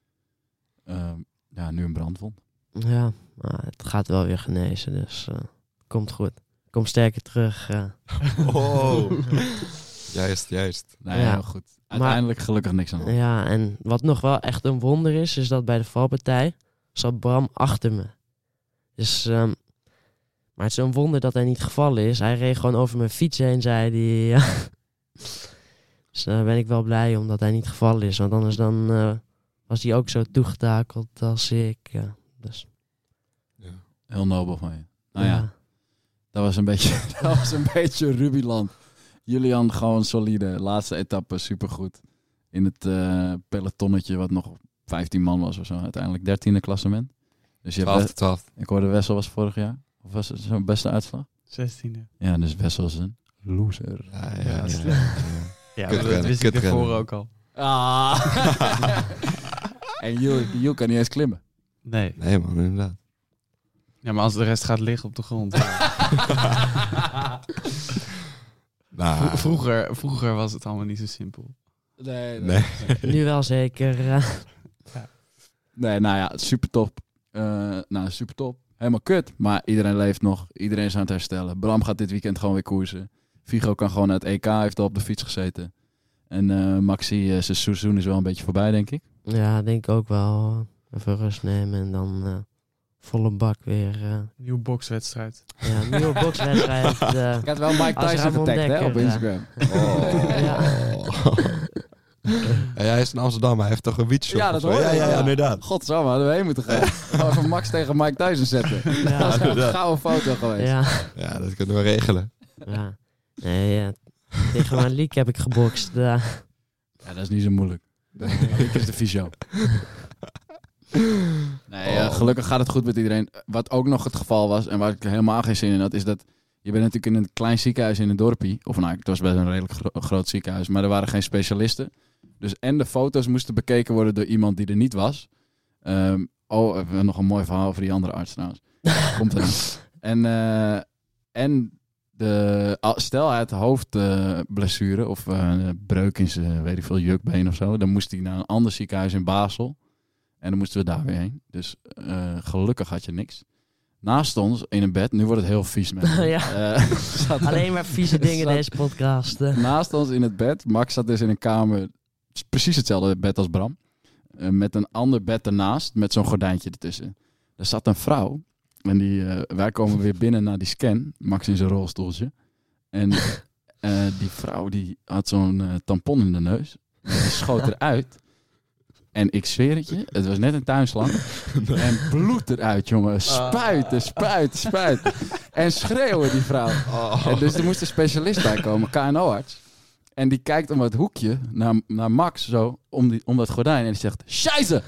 uh, ja, nu een brandwond. ja, maar het gaat wel weer genezen. Dus uh, komt goed. Kom sterker terug. Uh. Oh. Juist, juist. Nee, Ja. heel goed. Uiteindelijk gelukkig niks aan. Ja, en wat nog wel echt een wonder is, is dat bij de valpartij zat Bram achter me. Dus, um, maar het is een wonder dat hij niet gevallen is. Hij reed gewoon over mijn fiets heen, zei hij. Ja. Dus daar ben ik wel blij omdat hij niet gevallen is. Want anders dan uh, was hij ook zo toegetakeld als ik. Ja. Dus, Heel nobel van je. Nou ja, ja. dat was een beetje, dat was een beetje Rubyland. Julian gewoon solide. Laatste etappe supergoed. In het uh, pelotonnetje wat nog vijftien man was of zo. Uiteindelijk dertiende klassement. Dus je hebt twaalfde, twaalfde. Ik hoorde Wessel was vorig jaar. Of was het zo'n beste uitslag? zestiende. Ja, dus Wessel is een loser. Ja, ja, Ja, ja, slim. ja. Ja, Kut dat rennen, wist kut ik ervoor rennen. ook al. Ah. En Jules, Jules kan niet eens klimmen. Nee. Nee man, inderdaad. Ja, maar als de rest gaat liggen op de grond. ja. Nou, Vro- vroeger, vroeger was het allemaal niet zo simpel. Nee, nee. Nu wel zeker. Uh, Nee, nou ja, super top. Uh, nou, super top. Helemaal kut. Maar iedereen leeft nog. Iedereen is aan het herstellen. Bram gaat dit weekend gewoon weer koersen. Vigo kan gewoon naar het E K. Heeft al op de fiets gezeten. En uh, Maxi, uh, zijn seizoen is wel een beetje voorbij, denk ik. ja, denk ik ook wel. Even rust nemen en dan uh, volle bak weer. Uh, Nieuwe bokswedstrijd. ja, een nieuwe bokswedstrijd. Uh, Ik had wel Mike Als Tyson Ramon getagd, hè, Dekker, op ja. Instagram. Oh. Ja. En hij is in Amsterdam, hij heeft toch een wietshop? Ja, dat of zo? hoor Ja, ik, ja, ja, ja. inderdaad. Godsamme, hadden we heen moeten gaan. Gaan we Max tegen Mike Tyson zetten. Ja. Dat is een inderdaad. gouden foto geweest. ja, Ja, dat kunnen we regelen. ja. Nee, ja. Tegen mijn leak heb ik gebokst. Uh, Ja, dat is niet zo moeilijk. Ik is de fysio. Nee, ja, Oh. gelukkig gaat het goed met iedereen. Wat ook nog het geval was, en waar ik helemaal geen zin in had, is dat je bent natuurlijk in een klein ziekenhuis in een dorpje. Of nou, het was best een redelijk gro- groot ziekenhuis, maar er waren geen specialisten. Dus en de foto's moesten bekeken worden door iemand die er niet was. Ehm, oh, we hebben nog een mooi verhaal over die andere arts trouwens. Komt er niet. En, eh, en de, al- stel hij had hoofdblessure of eh, breuk in zijn, weet ik veel, jukbeen of zo. Dan moest hij naar een ander ziekenhuis in Basel. En dan moesten we daar weer heen. Dus eh, gelukkig had je niks. Naast ons in een bed, nu wordt het heel vies met me. Ja. Eh, zat- alleen maar vieze dingen Zat- deze podcast. Uh. Naast ons in het bed. Max zat dus in een kamer, precies hetzelfde bed als Bram. Uh, met een ander bed ernaast, met zo'n gordijntje ertussen. Er zat een vrouw. En die, uh, wij komen weer binnen naar die scan. Max in zijn rolstoeltje. En uh, die vrouw die had zo'n uh, tampon in de neus. Die schoot eruit. En ik zweer het je, het was net een tuinslang. En bloed eruit, jongen. Spuiten, spuiten, spuiten. En schreeuwen die vrouw. En dus er moest een specialist bij komen, K N O-arts. En die kijkt om het hoekje naar, naar Max, zo, om, die, om dat gordijn. En die zegt, scheisse!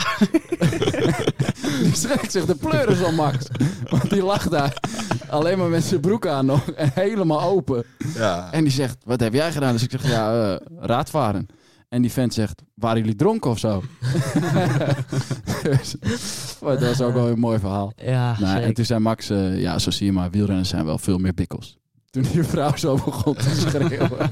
Die schrikt zich de pleuris van Max. Want die lag daar alleen maar met zijn broek aan nog. En helemaal open. Ja. En die zegt, wat heb jij gedaan? Dus ik zeg, ja, uh, raadvaren. En die vent zegt, waren jullie dronken of zo? Dus, dat was ook wel een mooi verhaal. Ja, Nou, en zeker. toen zei Max, uh, ja, zo zie je maar, wielrenners zijn wel veel meer bikkels. Toen die vrouw zo begon te schreeuwen.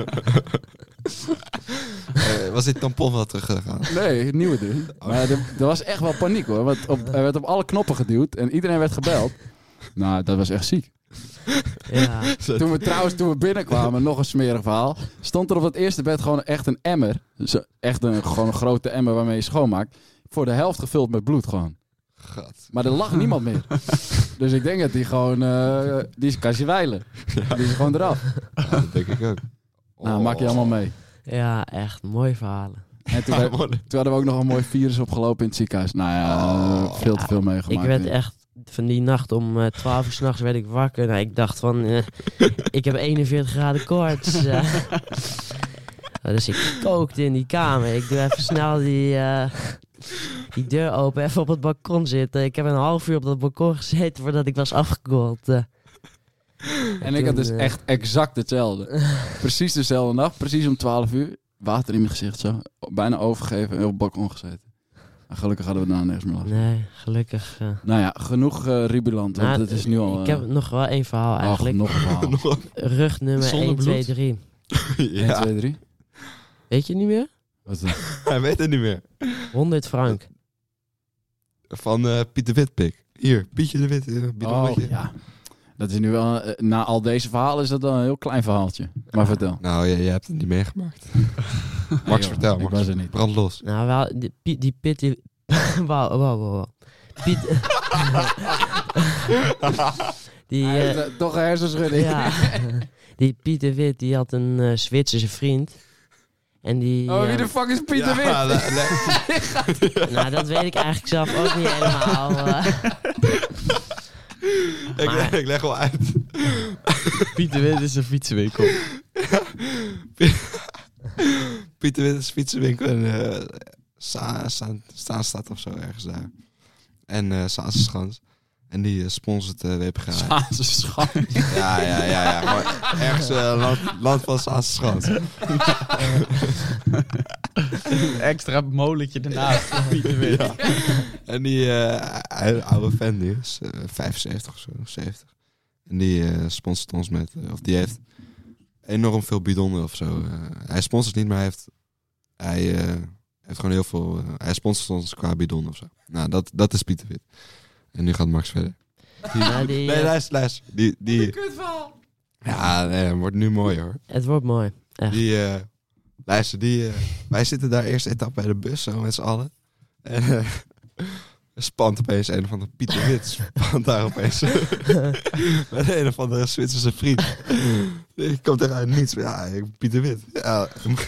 Uh, was dit tampon wel teruggegaan? Nee, het nieuwe dus. Maar er, er was echt wel paniek hoor. Want op, er werd op alle knoppen geduwd en iedereen werd gebeld. Nou, dat was echt ziek. Ja. Toen we trouwens, toen we binnenkwamen, nog een smerig verhaal. Stond er op het eerste bed gewoon echt een emmer. Zo, echt een, gewoon een grote emmer waarmee je schoonmaakt. Voor de helft gevuld met bloed gewoon. God. Maar er lag niemand meer. Dus ik denk dat die gewoon, uh, die is Kasje Weilen. Die is gewoon eraf. Ja, dat denk ik ook. Nou, maak je allemaal mee. Ja, echt mooie verhalen. En toen, we- toen hadden we ook nog een mooi virus opgelopen in het ziekenhuis. Nou ja, Oh. veel te veel meegemaakt. Ik werd echt van die nacht om uh, twaalf uur s'nachts werd ik wakker. Nou, ik dacht van, uh, ik heb eenenveertig graden koorts. Uh. Dus ik kookte in die kamer. Ik doe even snel die, uh, die deur open, even op het balkon zitten. Ik heb een half uur op dat balkon gezeten voordat ik was afgekoeld. Uh. En ik had dus Toen, uh, echt exact hetzelfde. Precies dezelfde nacht, precies om twaalf uur. Water in mijn gezicht zo. Bijna overgegeven en op het balkon gezeten. En gelukkig hadden we daarna nergens meer last. Nee, gelukkig. Uh. Nou ja, genoeg uh, Ribuland. Want Nou, het is nu al... ik uh, heb nog wel één verhaal ach, eigenlijk. nog een verhaal. Rug nummer Zonder één, twee, bloed? drie. één, Ja, twee, drie. Weet je het niet meer? Wat is dat? hij weet het niet meer. honderd frank. Van uh, Pieter Witpik. Hier, Pietje de Wit. Uh, Oh, bidonnetje. ja. Dat is nu wel... uh, na al deze verhalen is dat dan een heel klein verhaaltje. Maar vertel. Nou, je, je hebt het niet meegemaakt. Nee, Max, joh, vertel. Ik Max. was er niet. Brand los. Nou, wel, die, Piet- die Piet... Die... Wauw, wauw, wauw. wauw. Piet... die... Hij heeft, eh, uh, toch een hersenschudding. ja. Die Pieter Wit, die had een uh, Zwitserse vriend. En die... Oh, wie eh, de fuck is Pieter Wit? Ja, le- le- nou, dat weet ik eigenlijk zelf ook niet helemaal. eh. ik, Maar- leg, ik leg wel uit. Pieter Wit is een fietsenwinkel. Pieter Wit is fietsenwinkel in uh, Sa- Sa- Staanstad of zo, ergens daar. En uh, Saanse Schans. En die uh, sponsort de W P G. Saanse Schans. Ja, ja, ja, ja. Maar ergens uh, land, land van Saanse Schans. Een extra molentje ernaast van Pieter Wit. Ja. En die uh, oude fan nu is uh, vijfenzeventig of zo, zeventig. En die uh, sponsort ons met, uh, of die heeft enorm veel bidonnen of zo. Uh, hij sponsort niet, maar hij heeft, hij uh, heeft gewoon heel veel. Uh, hij sponsort ons qua bidon of zo. Nou, dat, dat is Pieter Wit. En nu gaat Max verder. Die, Ja, die, nee, eh, luister, luister. Die, die, ja, nee, het wordt nu mooi hoor. Het wordt mooi. Echt. Die, uh, luister, die, uh, wij zitten daar eerste etappe bij de bus, zo met z'n allen. En uh, er spant opeens een of andere Pieter Wit, spant daar opeens. Met een of andere Zwitserse vriend. Die komt er uit niets. Ja, ik ben Pieter Wit. Ja.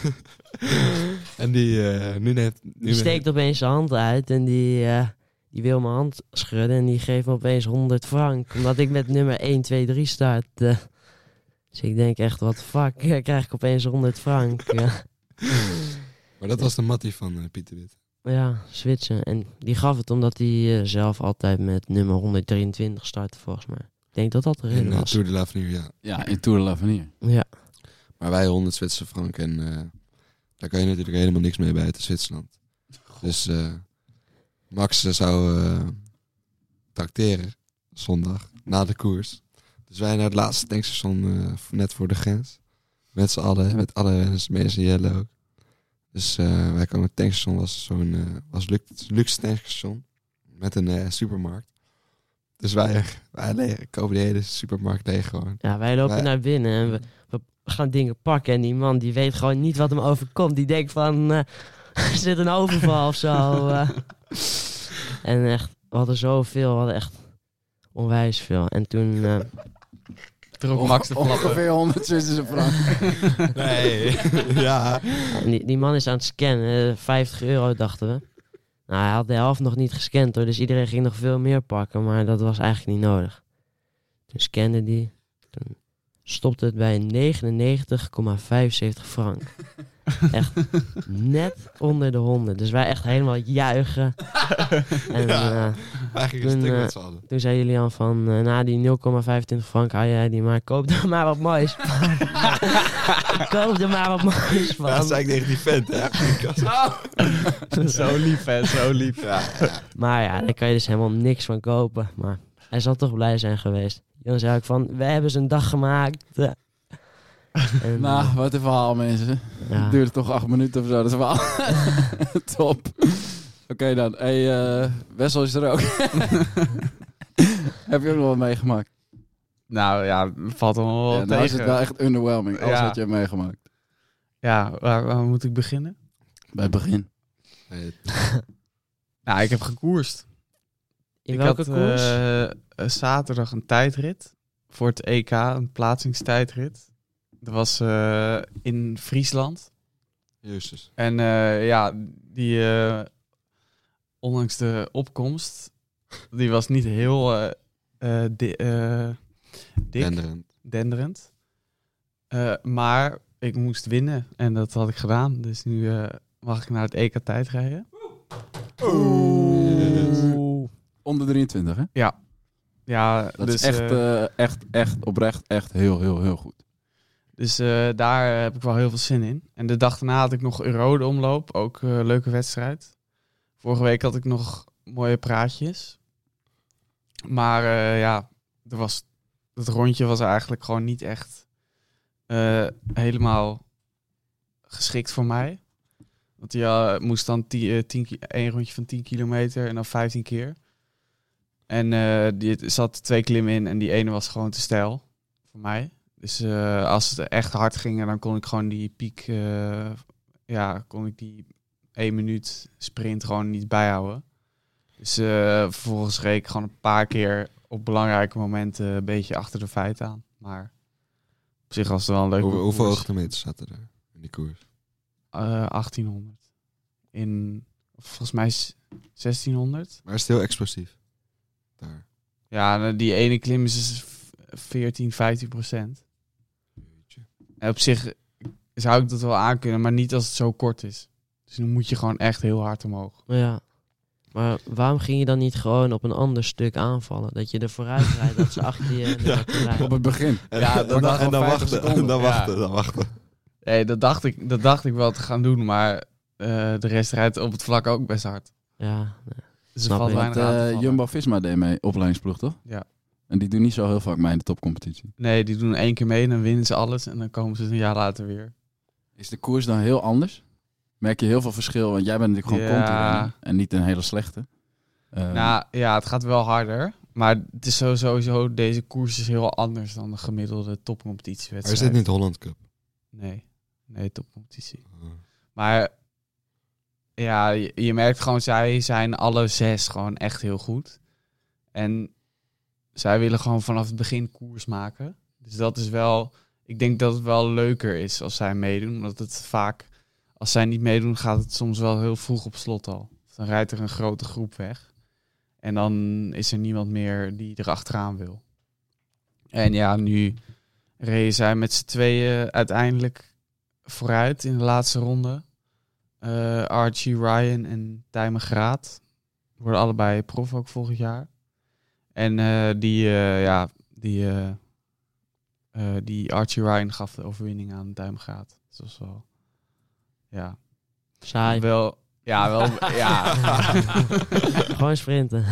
En die, uh, nu neemt... Nu Die steekt opeens zijn hand uit en die, eh, die wil mijn hand schudden. En die geeft me opeens honderd frank. Omdat ik met nummer één, twee, drie start. eh. Dus ik denk echt, wat fuck, krijg ik opeens honderd frank. eh. Maar dat was de mattie van uh, Pieter Wit. Ja, Zwitser. En die gaf het omdat hij eh, zelf altijd met nummer honderddrieëntwintig startte, volgens mij. Ik denk dat dat de In reden uh, was. Tour de l'Avenir, ja. Ja, in Tour de l'Avenir. Ja. Maar wij honderd Zwitserse frank en uh, daar kan je natuurlijk helemaal niks mee buiten Zwitserland. Dus uh, Max uh, zou uh, trakteren zondag na de koers. Dus wij naar het laatste tankstation uh, net voor de grens. Met z'n allen, met alle renners, mensen in Jelle ook. Dus uh, wij komen het tankstation, was zo'n uh, was luxe, luxe tankstation met een uh, supermarkt. Dus wij, wij le- kopen de hele supermarkt leeg gewoon. Ja, wij lopen Wij- naar binnen en we, we gaan dingen pakken. En die man die weet gewoon niet wat hem overkomt. Die denkt van, eh, er zit een overval of zo. eh. En echt, we hadden zoveel, we hadden echt onwijs veel. En toen, eh, Trok Max de flappen. Ongeveer honderd Zwitserse frank. Nee, ja. en die, die man is aan het scannen, eh, vijftig euro dachten we. Nou, hij had de helft nog niet gescand hoor, dus iedereen ging nog veel meer pakken. Maar dat was eigenlijk niet nodig. Toen scande die, toen stopte het bij negenennegentig komma vijfenzeventig frank. Echt net onder de honderd. Dus wij echt helemaal juichen. En Ja. eh, Wij gingen Toen, stuk uh, met z'n allen. toen zei Julian van, uh, na die nul komma vijfentwintig frank hou jij die, maar koop er maar wat moois van. Koop er maar wat moois van. Ja, dat zei ik tegen die vent, hè. Zo lief, hè. Zo lief. Ja, ja. Maar ja, daar kan je dus helemaal niks van kopen. Maar hij zal toch blij zijn geweest. Jan zei ook van, wij hebben zijn dag gemaakt. En, Nou, wat een verhaal, mensen. ja. Het duurde toch acht minuten of zo, dat is wel top. Oké okay, dan. Hey, uh, Wessel is er ook. Heb je ook nog wat meegemaakt? Nou ja, valt allemaal wel Ja, nou is tegen. het wel echt underwhelming, alles Ja. wat je hebt meegemaakt. Ja, waar, waar moet ik beginnen? Bij het begin. Nee, Nou, ik heb gekoerst. In ik welke had koers? eh, eh, zaterdag een tijdrit voor het E K, een plaatsingstijdrit. Dat was eh, in Friesland. Jezus. En eh, ja, die eh, ondanks de opkomst, die was niet heel eh, eh, di- eh, dik, Denderend. denderend. Eh, maar ik moest winnen en dat had ik gedaan. Dus nu eh, mag ik naar het E K tijdrijden. Oeh. Onder drieëntwintig, hè? Ja, Dat dus, is echt, eh, eh, echt, echt, oprecht, echt heel, heel, heel goed. dus eh, daar heb ik wel heel veel zin in. En de dag daarna had ik nog Eurode omloop, ook een uh, leuke wedstrijd. Vorige week had ik nog mooie praatjes. Maar uh, ja, er was, het rondje was eigenlijk gewoon niet echt uh, helemaal geschikt voor mij. Want je uh, moest dan tien, uh, tien, één rondje van tien kilometer en dan vijftien keer. En uh, die, er zat twee klimmen in en die ene was gewoon te steil voor mij. Dus uh, als het echt hard ging, dan kon ik gewoon die piek, uh, ja, kon ik die één minuut sprint gewoon niet bijhouden. Dus uh, vervolgens reed ik gewoon een paar keer op belangrijke momenten een beetje achter de feiten aan. Maar op zich was het wel een leuke Hoe, hoeveel koers. hoogtemeters zaten er in die koers? uh, achttienhonderd. In, volgens mij is zestienhonderd. Maar is het heel explosief? Daar. Ja, die ene klim is dus veertien, vijftien procent. En op zich zou ik dat wel aankunnen, maar niet als het zo kort is. Dus dan moet je gewoon echt heel hard omhoog. Ja. Maar waarom ging je dan niet gewoon op een ander stuk aanvallen? Dat je er vooruit rijdt, dat ze achter je Ja. Op het begin. Ja, dat en dacht dan, en dan vijftig wachten, seconden. dan Ja. wachten, dan wachten. Nee, dat dacht ik, dat dacht ik wel te gaan doen, maar uh, de rest rijdt op het vlak ook best hard. Ja, nee. Dus er Snap valt ik. weinig aan te Uh, vallen. Jumbo-Visma deed mee, opleidingsploeg, toch? Ja. En die doen niet zo heel vaak mee in de topcompetitie. Nee, die doen één keer mee en dan winnen ze alles en dan komen ze een jaar later weer. Is de koers dan heel anders? Merk je heel veel verschil? Want jij bent natuurlijk gewoon Ja. conti-renner en niet een hele slechte. Uh, Nou ja, het gaat wel harder, maar het is zo- sowieso, deze koers is heel anders dan de gemiddelde topcompetitiewedstrijd. Maar is dit niet de Holland Cup? Nee, nee, topcompetitie. Maar ja, je, je merkt gewoon, zij zijn alle zes gewoon echt heel goed. En zij willen gewoon vanaf het begin koers maken. Dus dat is wel, ik denk dat het wel leuker is als zij meedoen. Omdat het vaak, als zij niet meedoen, gaat het soms wel heel vroeg op slot al. Dan rijdt er een grote groep weg. En dan is er niemand meer die er achteraan wil. En ja, nu reden zij met z'n tweeën uiteindelijk vooruit in de laatste ronde. Uh, Archie Ryan en Tijmen Graat worden allebei prof ook volgend jaar. En uh, die, uh, ja, die, uh, uh, die Archie Ryan gaf de overwinning aan Tijmen Graat. Dus dat was wel, ja, Saai. wel, ja, wel, ja, Gewoon sprinten.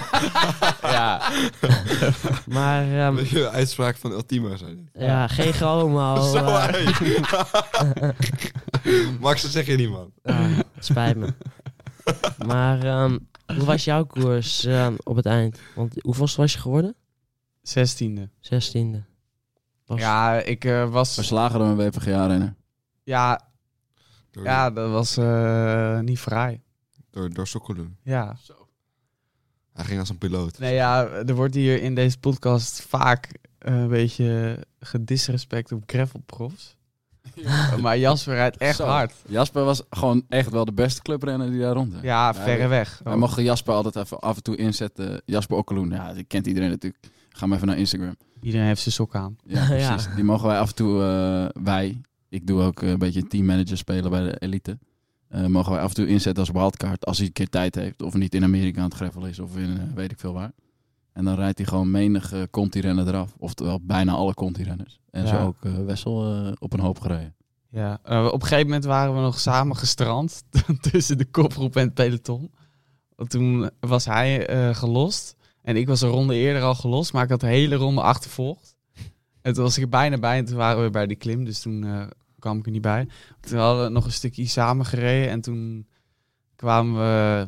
ja. Maar ehm, Weet je, uitspraak van Ultimo zijn dit. ja, geen gehomo. Zo, eh. hey. Max, dat zeg je niet, man. Ah, spijt me. Maar ehm, hoe was jouw koers ehm, op het eind? Want hoeveelste was je geworden? Zestiende. Zestiende. Was... Ja, ik uh, was, Verslagen door een W P G A-renner. ja, Door, ja, dat was uh, niet vrij. door, door Sokkelen. Ja. Hij ging als een piloot. Nee, ja, er wordt hier in deze podcast vaak uh, een beetje gedisrespect op gravelprofs. Maar Jasper rijdt echt Zo. hard. Jasper was gewoon echt wel de beste clubrenner die daar rondreed. Ja, Ja, verre we- weg. Wij mochten Jasper altijd even af en toe inzetten. Jasper Okkeloen, ja, die kent iedereen natuurlijk. Ga maar even naar Instagram. Iedereen heeft zijn sok aan. Ja, Ja. precies. Die mogen wij af en toe, uh, wij, ik doe ook een beetje teammanager spelen bij de elite. Uh, mogen wij af en toe inzetten als wildcard als hij een keer tijd heeft. Of niet in Amerika aan het gravel is of in uh, weet ik veel waar. En dan rijdt hij gewoon menig uh, conti-renner eraf. Oftewel bijna alle conti-renners. En Ja. zo ook uh, Wessel uh, op een hoop gereden. Ja, uh, op een gegeven moment waren we nog samen gestrand tussen de kopgroep en het peloton. Want toen was hij uh, gelost. En ik was een ronde eerder al gelost, maar ik had de hele ronde achtervolgd. En toen was ik er bijna bij en toen waren we bij die klim. Dus toen uh, kwam ik er niet bij. Toen hadden we nog een stukje samen gereden. En toen kwamen we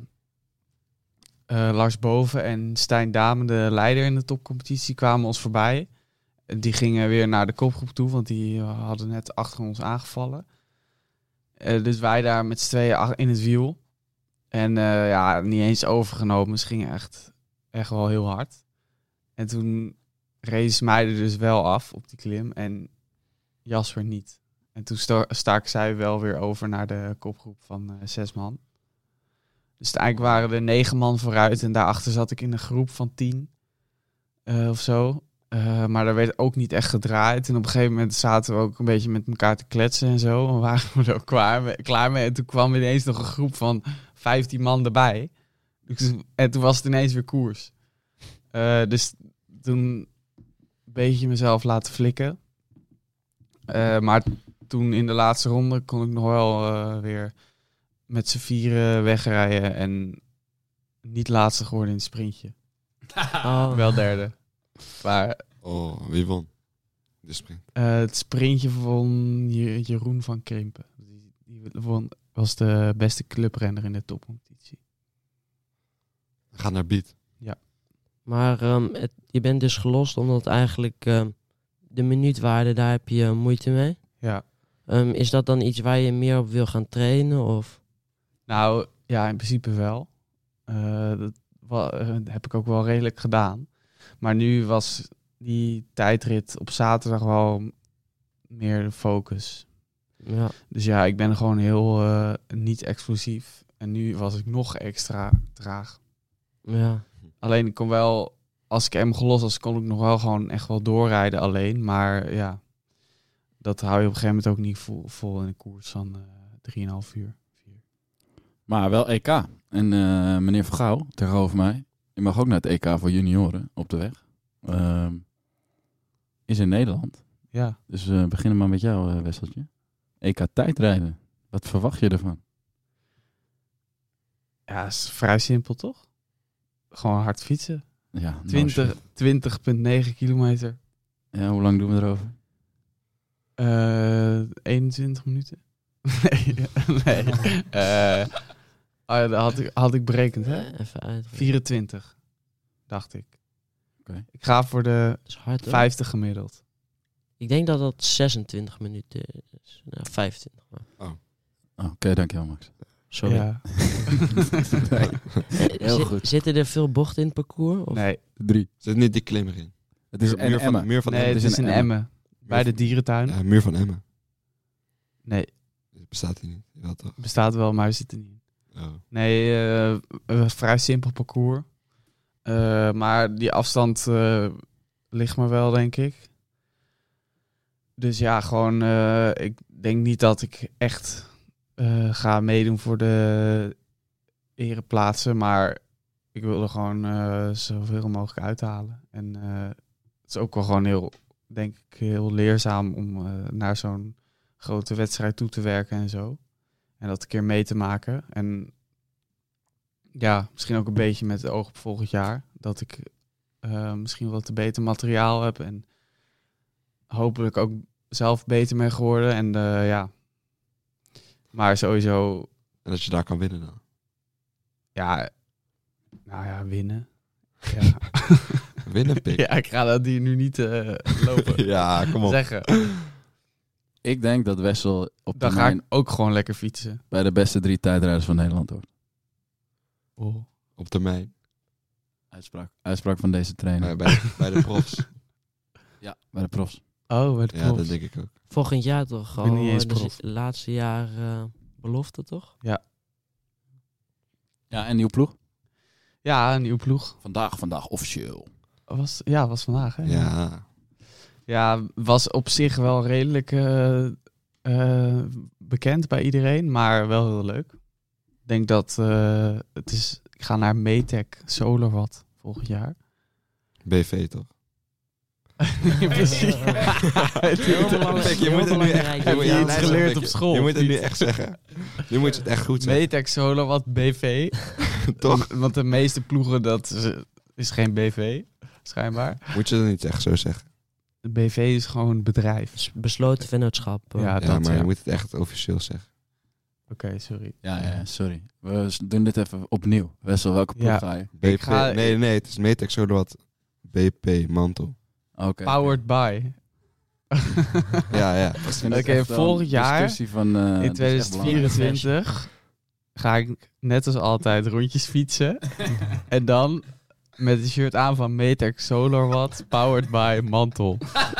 uh, Lars Boven en Stijn Damen, de leider in de topcompetitie, kwamen ons voorbij. Die gingen weer naar de kopgroep toe, want die hadden net achter ons aangevallen. Uh, dus wij daar met z'n tweeën ach- in het wiel. En uh, ja, niet eens overgenomen. Ze gingen echt, echt wel heel hard. En toen reed mij er dus wel af op die klim en Jasper niet. En toen sta- staken zij wel weer over naar de kopgroep van uh, zes man. Dus uiteindelijk waren er negen man vooruit en daarachter zat ik in een groep van tien uh, of zo. Uh, maar daar werd ook niet echt gedraaid. En op een gegeven moment zaten we ook een beetje met elkaar te kletsen en zo. En waren we er ook klaar mee, klaar mee. En toen kwam ineens nog een groep van vijftien man erbij. Dus, en toen was het ineens weer koers. Uh, dus toen een beetje mezelf laten flikken. Uh, maar toen in de laatste ronde kon ik nog wel uh, weer met z'n vieren wegrijden. En niet laatste geworden in het sprintje. Oh. Wel derde. Maar Oh, wie won? De sprint. uh, het sprintje won Je- Jeroen van Krimpen. Die, die won, was de beste clubrenner in de topcompetitie. Ga naar Beat. Maar ehm, het, je bent dus gelost omdat eigenlijk ehm, de minuutwaarde, daar heb je moeite mee. Ja. Ehm, is dat dan iets waar je meer op wil gaan trainen? Of? Nou, ja, in principe wel. Uh, dat wa- uh, heb ik ook wel redelijk gedaan. Maar nu was die tijdrit op zaterdag wel meer de focus. Ja. Dus ja, ik ben gewoon heel uh, niet explosief. En nu was ik nog extra traag. Ja. Alleen ik kon wel, als ik hem gelost was, kon ik nog wel gewoon echt wel doorrijden alleen. Maar ja, dat hou je op een gegeven moment ook niet vol, vol in een koers van uh, drieënhalf uur. Maar wel E K. En uh, meneer Van Gaal, tegenover mij, je mag ook naar het E K voor junioren op de weg. Uh, is in Nederland. Ja. Dus we uh, beginnen maar met jou, uh, Wesseltje. E K tijdrijden. Wat verwacht je ervan? Ja, is vrij simpel, toch? Gewoon hard fietsen. Ja, twintig komma negen kilometer. Ja, hoe lang doen we erover? Uh, eenentwintig minuten. nee. nee. Uh, oh ja, dat had ik, had ik berekend, hè? Even uit. vierentwintig, dacht ik. Okay. Ik ga voor de hard, vijftig gemiddeld. Ik denk dat dat zesentwintig minuten is. Nou, vijfentwintig. Maar. Oh. oh Oké, okay, dankjewel Max. Sorry. Ja. nee. Heel Z- goed. Zitten er veel bochten in het parcours? Of? Nee. Drie. Zit niet die klimmer in? Het is muur van, muur van Nee, Emmen. het is een Emmen. Bij de dierentuin. Ja, muur van Emmen. Nee. Bestaat die niet? Ja, toch? Bestaat wel, maar zit er niet. Oh. Nee, uh, een vrij simpel parcours. Uh, maar die afstand uh, ligt me wel, denk ik. Dus ja, gewoon... Uh, ik denk niet dat ik echt uh, ga meedoen voor de ereplaatsen. Maar ik wil er gewoon uh, zoveel mogelijk uithalen. En uh, het is ook wel gewoon heel, denk ik, heel leerzaam om uh, naar zo'n grote wedstrijd toe te werken en zo. En dat een keer mee te maken. En ja, misschien ook een beetje met het oog op volgend jaar. Dat ik uh, misschien wat te beter materiaal heb. En hopelijk ook zelf beter ben geworden. En uh, ja, maar sowieso... En dat je daar kan winnen dan? Ja, nou ja, winnen. Ja. Winnen, pik. Ja, ik ga dat hier nu niet uh, lopen ja, kom op. zeggen. Ik denk dat Wessel op Dan termijn ga ik ook gewoon lekker fietsen. bij de beste drie tijdrijders van Nederland hoort. Oh. Op termijn. Uitspraak. Uitspraak van deze trainer. Bij, bij, bij de profs. Ja, bij de profs. Oh, bij de profs. Ja, dat denk ik ook. Volgend jaar toch? Ik ben niet eens de prof. laatste jaar uh, belofte, toch? Ja. Ja, en nieuw ploeg? Ja, een nieuwe ploeg. Vandaag, vandaag officieel. Was, ja, was vandaag, hè? Ja. Ja, was op zich wel redelijk uh, uh, bekend bij iedereen, maar wel heel leuk. Ik denk dat uh, het is... Ik ga naar Metec Solarwatt volgend jaar. B V toch? Precies. Je moet het nu echt... Heb je iets geleerd op school? Je moet het nu echt zeggen. Nu moet je het echt goed zeggen. Metec Solarwatt B V. Toch? Want de meeste ploegen, dat is, is geen B V, schijnbaar. Moet je dat niet echt zo zeggen? De B V is gewoon een bedrijf. Besloten vennootschap. Uh. Ja, Ja, dat, maar ja. je moet het echt officieel zeggen. Oké, okay, sorry. Ja, ja, sorry. We doen dit even opnieuw. Wessel, welke ploeg Ja. ga je? B P, ga- nee, nee, het is Metec Solarwatt B P Mantel. Oké. Okay, Powered by. Ja, ja. Oké, okay, volgend jaar, van, uh, in tweeduizend vierentwintig, ga ik net als altijd rondjes fietsen. En dan met een shirt aan van Metec Solarwatt, powered by Mantel.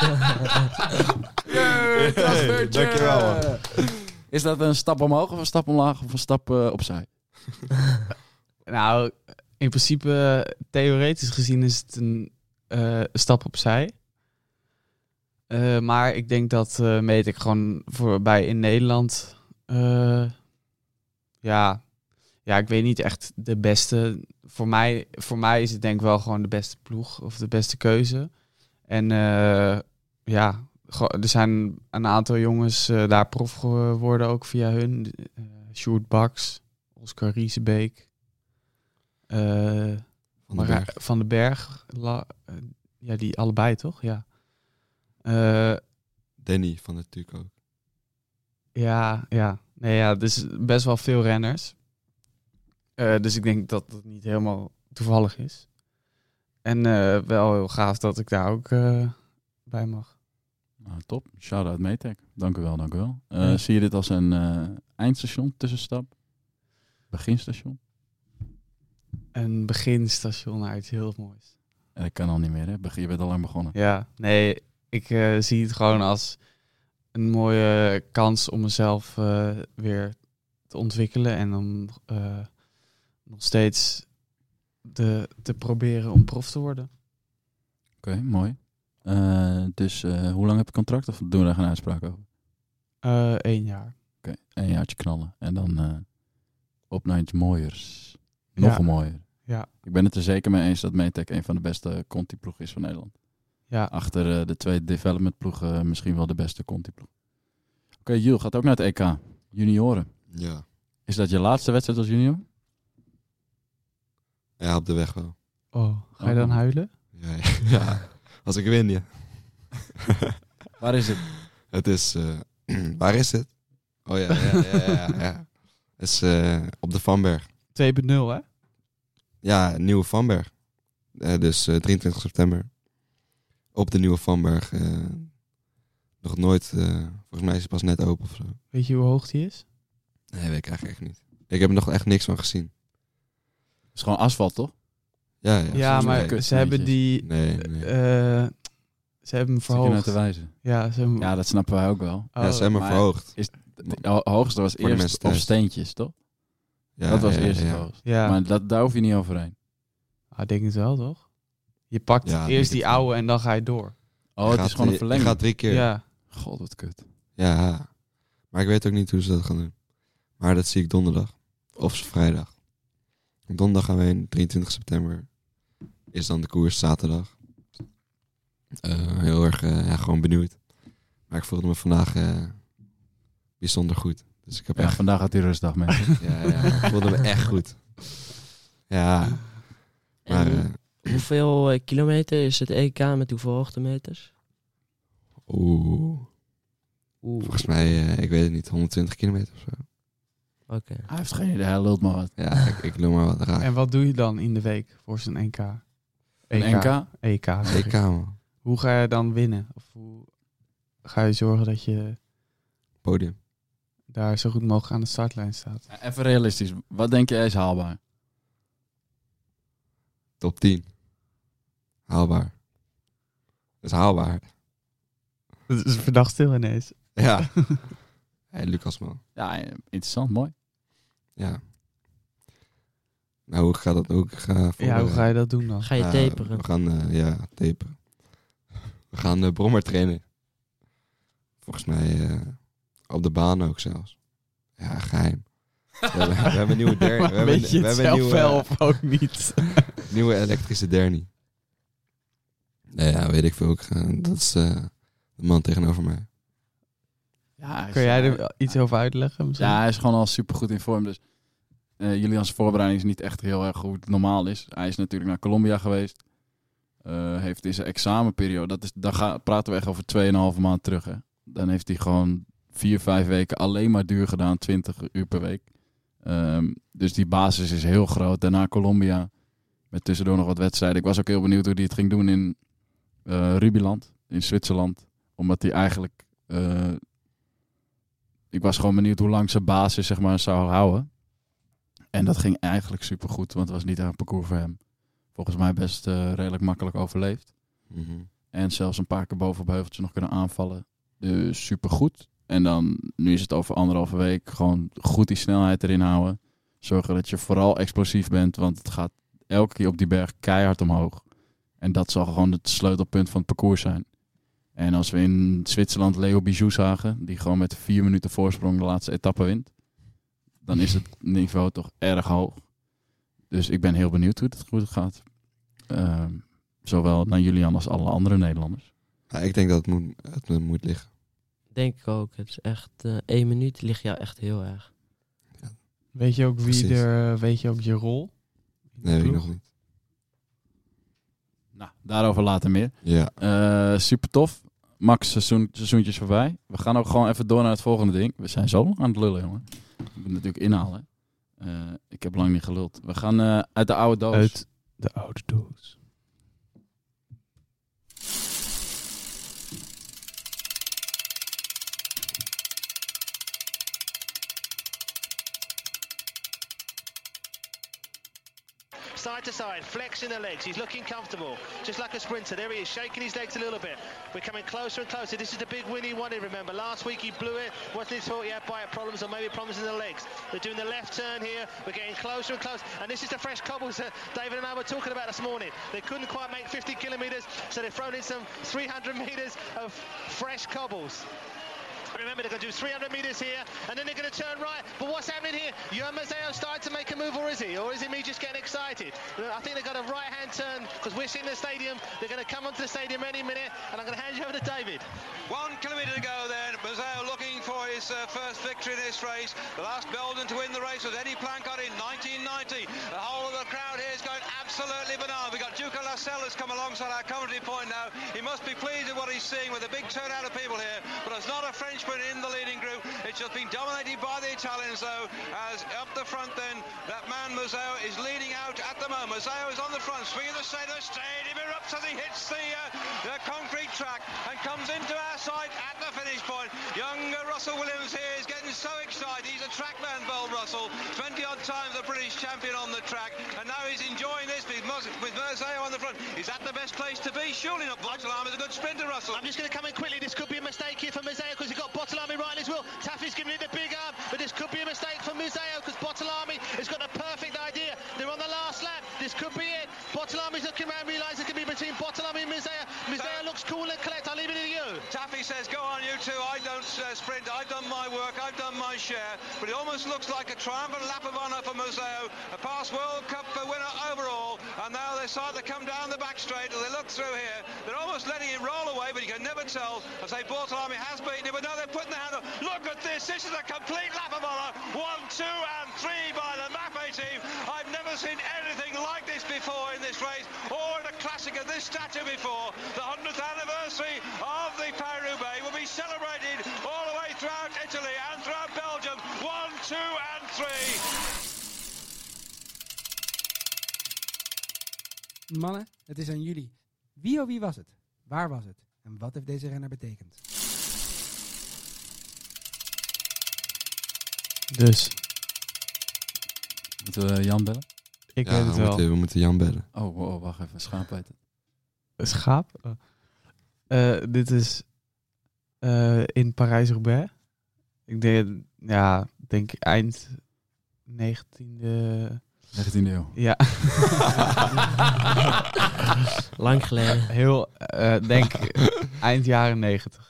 Yay, transfertje! Dankjewel, man. Is dat een stap omhoog of een stap omlaag of een stap uh, opzij? Nou, in principe, theoretisch gezien is het een uh, stap opzij. Uh, maar ik denk dat uh, Metec gewoon voor, bij in Nederland... Uh, ja, ja, ik weet niet echt de beste. Voor mij, voor mij is het denk ik wel gewoon de beste ploeg of de beste keuze. En uh, ja, er zijn een aantal jongens uh, daar prof geworden ook via hun. Uh, Sjoerd Baks, Oscar Riesebeek, uh, Van den Berg. Van den Berg. La, uh, ja, die allebei toch? Ja. Uh, Danny van de Tuuk ook. Ja, ja. Nee, ja, dus best wel veel renners. Uh, dus ik denk dat het niet helemaal toevallig is. En uh, wel heel gaaf dat ik daar ook uh, bij mag. Nou, top. Shout-out Metec. Dank u wel, dank u wel. Uh, Ja. Zie je dit als een uh, eindstation, tussenstap? Beginstation? Een beginstation uit heel moois. Ja, dat kan al niet meer, hè? Beg- Je bent al lang begonnen. Ja, nee, ik uh, zie het gewoon als een mooie kans om mezelf uh, weer te ontwikkelen. En om uh, nog steeds de, te proberen om prof te worden. Oké, okay, mooi. Uh, dus uh, hoe lang heb je contract? Of doen we daar geen uitspraak over? Uh, één jaar. Oké, okay, één jaartje knallen. En dan uh, op naar iets mooiers. Nog ja. mooier. Ja. Ik ben het er zeker mee eens dat Metec een van de beste Conti-ploegen is van Nederland. Ja. Achter uh, de twee development ploegen uh, misschien wel de beste Conti-ploeg. Oké, okay, Jules gaat ook naar het E K. Junioren. Ja. Is dat je laatste wedstrijd als junior? Ja, op de weg wel. Oh, ga je dan oh. huilen? Ja, ja. Als ik win, ja. Waar is het? Het is... Uh, waar is het? Oh ja, ja, ja, ja. ja. Het is uh, op de Vanberg. twee punt nul, hè? Ja, Nieuwe Vanberg. Uh, dus uh, drieëntwintig september. Op de Nieuwe Vanberg. Uh, nog nooit... Uh, volgens mij is het pas net open of zo. Weet je hoe hoog die is? Nee, weet ik eigenlijk echt niet. Ik heb er nog echt niks van gezien. Het is gewoon asfalt, toch? Ja, ja, ja maar nee, ze hebben die... Nee, nee. Uh, ze hebben hem verhoogd. Te wijzen. Ja, ze hebben... ja, dat snappen wij ook wel. Oh, ja, ze hebben hem verhoogd. Is de hoogste was Voor eerst op steentjes, toch? Ja, dat was ja, eerst ja. het hoogst. Ja. Maar dat, daar hoef je niet overheen. Ah, ik denk het wel, toch? Je pakt ja, eerst die oude wel. En dan ga je door. Oh, het is gewoon een verlenging. Je gaat drie keer. Ja. God, wat kut. Ja, maar ik weet ook niet hoe ze dat gaan doen. Maar dat zie ik donderdag. Of vrijdag. Donderdag gaan we heen, drieëntwintig september. Is dan de koers zaterdag. Uh, heel erg uh, ja, gewoon benieuwd. Maar ik voelde me vandaag uh, bijzonder goed. Dus ik heb ja, echt... vandaag had die rustdag, mensen. ja, ja, ik voelde me echt goed. Ja. Maar, uh, hoeveel uh, kilometer is het E K met hoeveel hoogtemeters? Oeh. Oeh. Volgens mij, uh, ik weet het niet, honderdtwintig kilometer of zo. Oké. Okay. Hij heeft geen idee, hij lult maar wat. Ja, ik, ik lul maar wat raak. En wat doe je dan in de week voor zijn N K? E K. Een N K? E K. E K, man. Hoe ga je dan winnen? Of hoe ga je zorgen dat je... Podium. Daar zo goed mogelijk aan de startlijn staat. Ja, even realistisch, wat denk jij is haalbaar? Top tien. Haalbaar. Dat is haalbaar. Het is verdacht stil ineens. Ja. Hey, Lucas, man. Ja, interessant, mooi. Ja. Nou, hoe gaat dat ook? Ga voor, ja, hoe ga je dat doen dan? Ga je uh, taperen? We gaan, uh, ja, taperen. We gaan uh, brommer trainen. Volgens mij uh, op de baan ook zelfs. Ja, geheim. We hebben, we hebben een nieuwe dernie. We hebben, weet je we het hebben zelf nieuwe, wel of ook niet? Nieuwe elektrische dernie. Nee, ja, weet ik veel. Ook, uh, dat is uh, de man tegenover mij. Ja, Kun jij er iets over uitleggen? Misschien? Ja, hij is gewoon al super goed in vorm. Dus uh, Julian's voorbereiding is niet echt heel erg hoe het normaal is. Hij is natuurlijk naar Colombia geweest. Uh, heeft in zijn examenperiode, dat is, dan ga, praten we echt over tweeënhalve maand terug. Hè. Dan heeft hij gewoon vier, vijf weken alleen maar duur gedaan, twintig uur per week. Um, dus die basis is heel groot. Daarna Colombia, met tussendoor nog wat wedstrijden. Ik was ook heel benieuwd hoe hij het ging doen in uh, Rubiland, in Zwitserland. Omdat hij eigenlijk... Uh, ik was gewoon benieuwd hoe lang zijn basis zeg maar, zou houden. En dat ging eigenlijk supergoed, want het was niet een parcours voor hem. Volgens mij best uh, redelijk makkelijk overleefd. Mm-hmm. En zelfs een paar keer boven op heuveltje nog kunnen aanvallen. Dus supergoed. En dan, nu is het over anderhalve week, gewoon goed die snelheid erin houden. Zorgen dat je vooral explosief bent, want het gaat elke keer op die berg keihard omhoog. En dat zal gewoon het sleutelpunt van het parcours zijn. En als we in Zwitserland Leo Bijou zagen, die gewoon met vier minuten voorsprong de laatste etappe wint, dan is het niveau toch erg hoog. Dus ik ben heel benieuwd hoe het goed gaat. Uh, zowel naar Julian als alle andere Nederlanders. Ja, ik denk dat het moet, het moet liggen. Denk ik ook. Het is echt uh, één minuut ligt jou echt heel erg. Ja. Weet je ook wie Precies. er, weet je ook je rol? Nee, weet ik nog niet. Nou, daarover later meer. Ja. Uh, super tof. Max, seizoen, seizoentjes voorbij. We gaan ook gewoon even door naar het volgende ding. We zijn zo lang aan het lullen, jongen. Ik moet natuurlijk inhalen. Uh, ik heb lang niet geluld. We gaan uh, uit de oude doos. Uit de oude doos. side to side, flexing the legs. He's looking comfortable, just like a sprinter. There he is, shaking his legs a little bit. We're coming closer and closer. This is the big win he wanted, remember. Last week he blew it. Wasn't his fault he had bite problems or maybe problems in the legs. They're doing the left turn here. We're getting closer and closer. And this is the fresh cobbles that David and I were talking about this morning. They couldn't quite make fifty kilometres, so they've thrown in some three hundred metres of fresh cobbles. Remember, they're going to do three hundred metres here, and then they're going to turn right. But what's happening here? Johan Mazeo starting to make a move, or is he? Or is it me just getting excited? I think they've got a right-hand turn, because we're seeing the stadium. They're going to come onto the stadium any minute, and I'm going to hand you over to David. One kilometre to go then. Mazeo looking for his uh, first victory in this race. The last Belgian to win the race was Eddie Plancard in nineteen ninety. The whole of the crowd here is going absolutely bananas. We've got Duca Lascelles has come alongside our commentary point now. He must be pleased with what he's seeing with a big turnout of people here, but there's not a Frenchman in the leading group. It's just been dominated by the Italians though, as up the front then, that man Mazeo is leading out at the moment. Mazeo is on the front, swinging the stadium, the stadium erupts as he hits the, uh, the concrete track and comes into our side at the finish point. Young uh, Russell Williams here is getting so excited. He's a track man, Bold Russell, twenty odd times the British champion on the track, and now he's enjoying this with, with Mazeo on the front. Is that the best place to be? Surely not. Botolami is a good sprinter, Russell. I'm just going to come in quickly. This could be a mistake here for Mazeo because he's got Botolami right in his wheel. Taffy's giving it the big arm, but this could be a mistake for Mazeo because Botolami has got a perfect idea. They're on the last lap. This could be it. Botolami's looking around, realising it could be between Botolami and Mazeo. Mazeo uh, looks cool and collect. I'll leave it to you. Taffy says, go on, you two. I don't uh, sprint. I've done my work. I've done my share. But it almost looks like a triumphant lap of honour for Mazeo, a past World Cup winner overall. And now they start to come down the back straight as they look through here. They're almost letting him roll away, but you can never tell. I say Botolami has beaten him, but now they're putting the hand up. Look at this. This is a complete lap of honour. One, two, and three by the Mapei team. I've never seen anything like this before in this race, or in a classic of this stature before. The hundredth anniversary of the Paris-Roubaix will be celebrated all the way throughout Italy and throughout Belgium. One, two, and three. Mannen, het is aan jullie. Wie of wie was het? Waar was het? En wat heeft deze renner betekend? Dus. Moeten we Jan bellen? Ik ja, weet het we wel. Moeten, we moeten Jan bellen. Oh, wow, wacht even. Schaap heet het. Een schaap? Oh. Uh, dit is uh, in Parijs-Roubaix. Ik denk, ja, denk eind negentiende... negentiende eeuw. Ja. Lang geleden. Heel, uh, denk eind jaren negentig.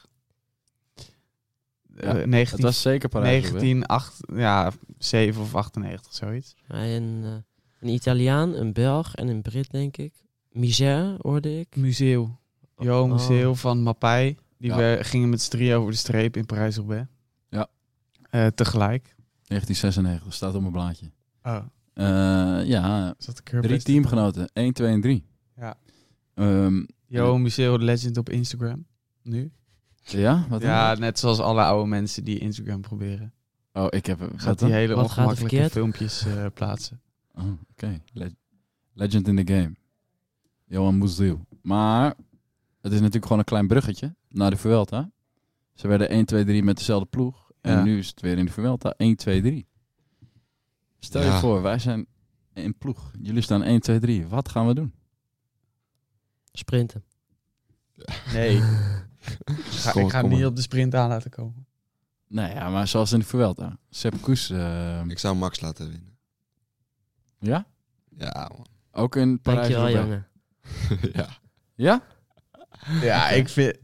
Ja, uh, negentien, het was zeker Parijs. negentien acht, ja, zeven of achtennegentig, zoiets. Een, uh, een Italiaan, een Belg en een Brit, denk ik. Misère, hoorde ik. Museo. Jo, Museo oh. van Mapei. Die Ja. we, gingen met z'n drieën over de streep in Parijs-Roubaix. Ja. Uh, tegelijk. negentien zesennegentig, staat op mijn blaadje. Oh. Uh, ja, Is dat de drie Curbest? teamgenoten. één, twee en drie. Ja. Um, Jo, Museo Legend op Instagram. Nu. Ja? Wat Ja, dan? net zoals alle oude mensen die Instagram proberen. Oh, ik heb... Gaat Wat die dan? hele Wat gaat er ongemakkelijke verkeerd? filmpjes uh, plaatsen. Oh, oké. Okay. Le- Legend in the game. Johan Muziel. Maar het is natuurlijk gewoon een klein bruggetje naar de Vuelta. Ze werden één, twee, drie met dezelfde ploeg. En Ja. nu is het weer in de Vuelta één, twee, drie. Stel Ja. je voor, wij zijn in ploeg. Jullie staan één, twee, drie. Wat gaan we doen? Sprinten. Nee. ik ga, Kom- ik ga kom niet maar. op de sprint aan laten komen. Nou ja, maar zoals in de Vuelta. Sepp Koes. uh, Ik zou Max laten winnen. ja? Ja, man. Ook in Parijs. Dankjewel, jongen. ja. Ja? Ja, ik vind...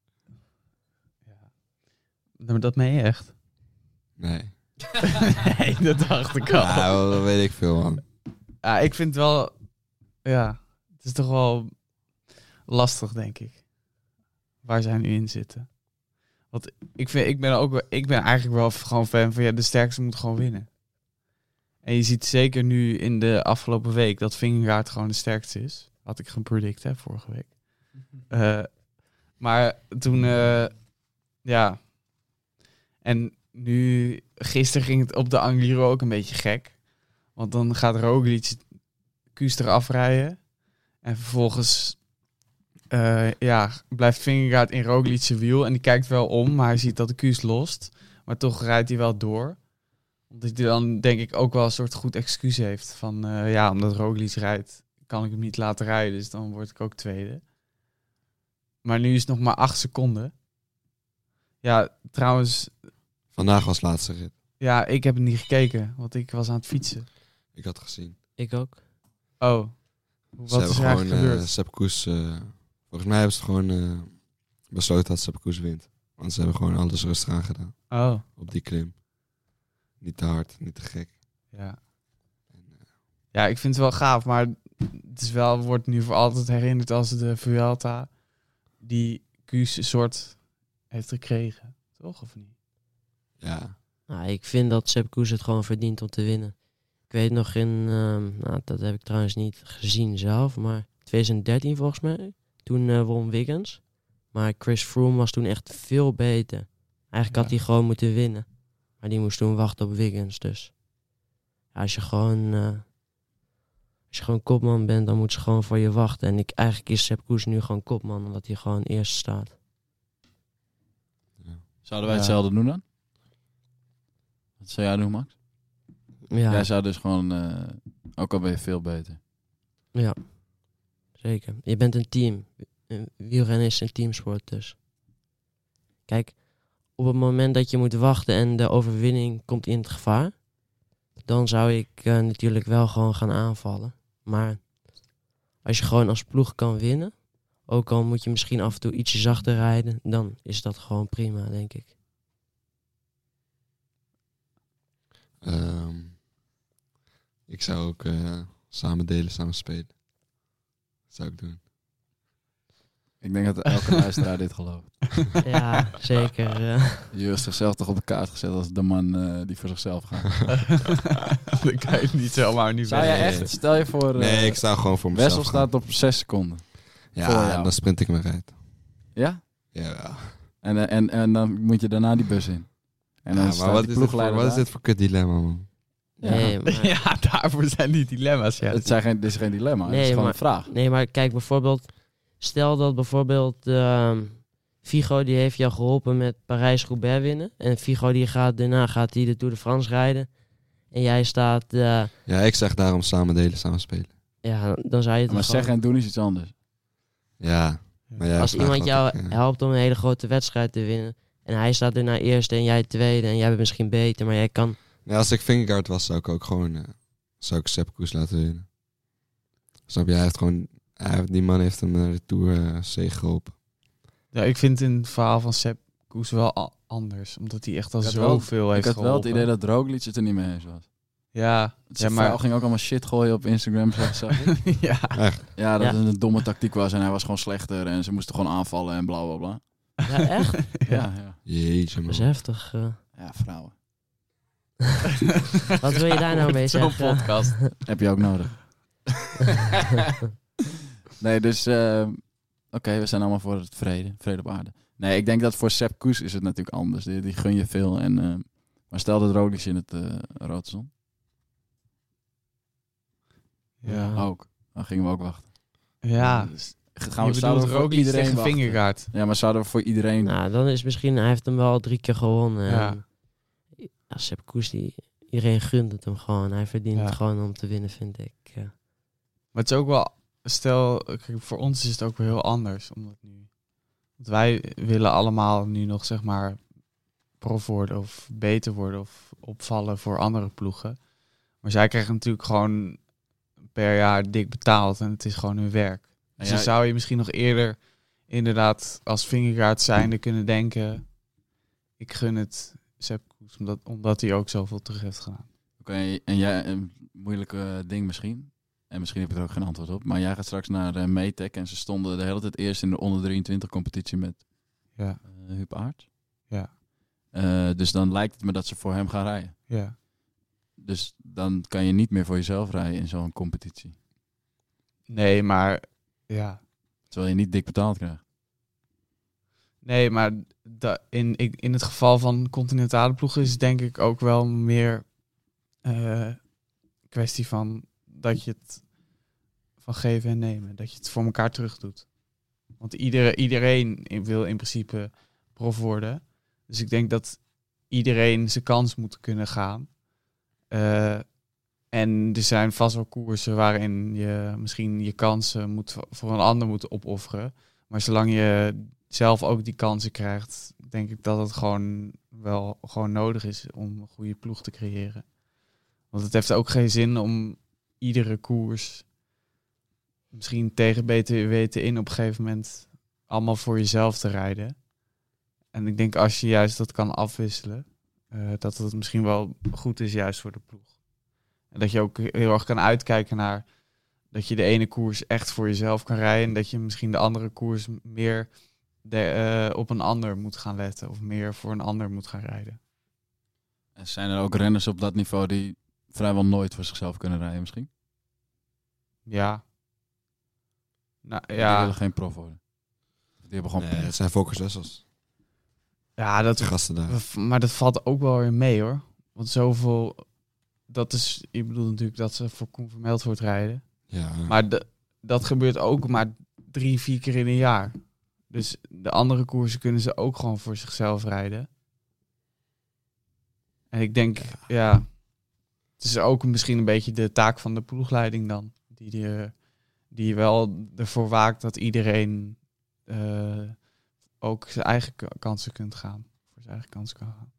Ja. Maar dat meen je echt? Nee. Nee, dat dacht ik al. Ja, dat weet ik veel, man. Ja, ik vind wel... Ja, het is toch wel lastig, denk ik. Waar zij nu in zitten. Want ik, vind, ik, ben ook, wel- ik ben eigenlijk wel gewoon fan van... Ja, de sterkste moet gewoon winnen. En je ziet zeker nu in de afgelopen week... dat Vingegaard gewoon de sterkste is. Had ik gepredict, hè, vorige week. Uh, maar toen... Uh, ja... En nu... Gisteren ging het op de Angliru ook een beetje gek. Want dan gaat Roglic Kuus eraf rijden. En vervolgens uh, ja, blijft Vingegaard in Roglic's wiel. En die kijkt wel om, maar hij ziet dat de Kuus lost. Maar toch rijdt hij wel door. Omdat hij dan denk ik ook wel een soort goed excuus heeft. Van uh, ja, omdat Roglic rijdt, kan ik hem niet laten rijden. Dus dan word ik ook tweede. Maar nu is het nog maar acht seconden. Ja, trouwens... Vandaag was laatste rit. Ja, ik heb het niet gekeken, want ik was aan het fietsen. Ik had gezien. Ik ook. Oh. Wat ze is hebben er eigenlijk gewoon gebeurd? uh, Sepp Koes... Uh, volgens mij hebben ze gewoon uh, besloten dat Sepp Koes wint. Want ze hebben gewoon alles rustig aangedaan. Oh. Op die klim. Niet te hard, niet te gek. Ja. Ja, ik vind het wel gaaf, maar het is wel, wordt nu voor altijd herinnerd als de Vuelta die Koes een soort heeft gekregen. Toch, of niet? Ja. Nou, ik vind dat Sepp Koes het gewoon verdient om te winnen. Ik weet nog in, uh, nou, dat heb ik trouwens niet gezien zelf, maar twintig dertien volgens mij. Toen uh, won Wiggins. Maar Chris Froome was toen echt veel beter. Eigenlijk Ja. had hij gewoon moeten winnen. Maar die moest toen wachten op Wiggins, dus. Ja, als je gewoon... Uh, als je gewoon kopman bent, dan moet ze gewoon voor je wachten. En ik, eigenlijk is Sepp Koes nu gewoon kopman, omdat hij gewoon eerst staat. Ja. Zouden wij Ja. hetzelfde doen dan? Wat zou jij doen, Max? Ja, Jij zou dus gewoon... Uh, ook al ben je veel beter. ja, zeker. Je bent een team. Wielrennen is een teamsport, dus. Kijk, op het moment dat je moet wachten en de overwinning komt in het gevaar, dan zou ik uh, natuurlijk wel gewoon gaan aanvallen. Maar als je gewoon als ploeg kan winnen, ook al moet je misschien af en toe ietsje zachter rijden, dan is dat gewoon prima, denk ik. Um, ik zou ook uh, samen delen, samen spelen. Dat zou ik doen. Ik denk dat elke luisteraar dit gelooft. Ja, zeker. Uh. Je hebt zichzelf toch op de kaart gezet als de man uh, die voor zichzelf gaat. Dan kan je het niet zomaar nu Zou jij echt, stel je voor... Uh, nee, ik sta gewoon voor mezelf. Wessel staat op zes seconden. Ja, dan sprint ik me uit. Ja? Ja. En, uh, en, en dan moet je daarna die bus in. En dan ja, maar wat is, dit voor, wat is dit voor kut dilemma, man? Ja. Nee, maar... ja, daarvoor zijn die dilemma's. Ja. Het, zijn geen, het is geen dilemma, nee, het is gewoon maar, een vraag. Nee, maar kijk bijvoorbeeld... Stel dat bijvoorbeeld uh, Figo die heeft jou geholpen met Parijs-Roubaix winnen. En Figo die gaat daarna gaat die de Tour de France rijden. En jij staat... Uh, ja, ik zeg daarom samen delen, samen spelen. Ja, dan zou je het Maar gewoon... zeggen en doen is iets anders. Ja. Maar jij Als iemand jou ik, ja. helpt om een hele grote wedstrijd te winnen. En hij staat daarna eerste en jij tweede. En jij bent misschien beter, maar jij kan... Ja, als ik Vingegaard was, zou ik ook gewoon... Uh, zou ik Sepp Koes laten winnen. Snap je? Hij heeft gewoon... Hij, die man heeft hem naar de Tour uh, zege geholpen. Ja, ik vind in het verhaal van Sepp Koes wel a- anders. Omdat hij echt al zoveel heeft geholpen. Ik had geholpen. wel het idee dat Roglic het er niet mee eens was. Ja. Zijn ja, maar vrouw ging ook allemaal shit gooien op Instagram, zag ik. ja. Echt? Ja, dat Ja. het een domme tactiek was en hij was gewoon slechter en ze moesten gewoon aanvallen en bla bla bla. Ja, echt? Ja, ja. Jeetje, Dat is man. heftig. Uh. Ja, vrouwen. Wat wil je daar nou mee Zo'n zeggen? podcast. Heb je ook nodig. Nee, dus... Uh, Oké, okay, we zijn allemaal voor het vrede. Vrede op aarde. Nee, ik denk dat voor Sepp Koes is het natuurlijk anders. Die, die gun je veel. En, uh, maar stel dat Roglic in het uh, rood stond. Ja. Ook. Dan gingen we ook wachten. Ja. Dus gaan we, je bedoelt Roglic tegen Vingegaard. Ja, maar zouden we voor iedereen... Nou, dan is misschien... Hij heeft hem wel drie keer gewonnen. Ja. En, ja, Sepp Koes, die, iedereen gunt het hem gewoon. Hij verdient ja. het gewoon om te winnen, vind ik. Ja. Maar het is ook wel... Stel, kijk, voor ons is het ook weer heel anders. Omdat nu... Want wij willen allemaal nu nog, zeg maar... prof worden of beter worden of opvallen voor andere ploegen. Maar zij krijgen natuurlijk gewoon per jaar dik betaald en het is gewoon hun werk. Dus dan zou je misschien nog eerder inderdaad als Vingegaard zijnde kunnen denken, ik gun het Sepp Koes, omdat, omdat hij ook zoveel terug heeft gedaan. Oké, okay, en jij, een moeilijke ding misschien, en misschien heb je er ook geen antwoord op, maar jij gaat straks naar uh, Metec en ze stonden de hele tijd eerst in de onder drieëntwintig competitie met ja. uh, Huub Aert. Ja. Uh, dus dan lijkt het me dat ze voor hem gaan rijden. Ja. Dus dan kan je niet meer voor jezelf rijden in zo'n competitie. Nee, maar ja. Terwijl je niet dik betaald krijgt. Nee, maar da, in, in het geval van continentale ploegen is het denk ik ook wel meer uh, kwestie van dat je het van geven en nemen. Dat je het voor elkaar terug doet. Want iedere, iedereen wil in principe prof worden. Dus ik denk dat iedereen zijn kans moet kunnen gaan. Uh, en er zijn vast wel koersen waarin je misschien je kansen moet voor een ander moet opofferen. Maar zolang je zelf ook die kansen krijgt, denk ik dat het gewoon wel gewoon nodig is om een goede ploeg te creëren. Want het heeft ook geen zin om iedere koers misschien tegen B T W te in op een gegeven moment allemaal voor jezelf te rijden. En ik denk als je juist dat kan afwisselen, uh, dat het misschien wel goed is juist voor de ploeg. En dat je ook heel erg kan uitkijken naar dat je de ene koers echt voor jezelf kan rijden en dat je misschien de andere koers meer de, uh, op een ander moet gaan letten of meer voor een ander moet gaan rijden. En zijn er ook renners op dat niveau die vrijwel nooit voor zichzelf kunnen rijden misschien? Ja. Nou, Die ja. willen geen prof worden. Die hebben gewoon... Nee, het zijn Volkers Wessels. Ja, dat, De gasten daar. maar dat valt ook wel weer mee hoor. Want zoveel... Dat is... Ik bedoel natuurlijk dat ze voor Koen Vermeld wordt rijden. Ja. Maar de, dat gebeurt ook maar drie, vier keer in een jaar. Dus de andere koersen kunnen ze ook gewoon voor zichzelf rijden. En ik denk, ja, ja het is ook misschien een beetje de taak van de ploegleiding dan. Die, die, die wel ervoor waakt dat iedereen uh, ook zijn eigen kansen kunt gaan. Voor zijn eigen kansen kan gaan.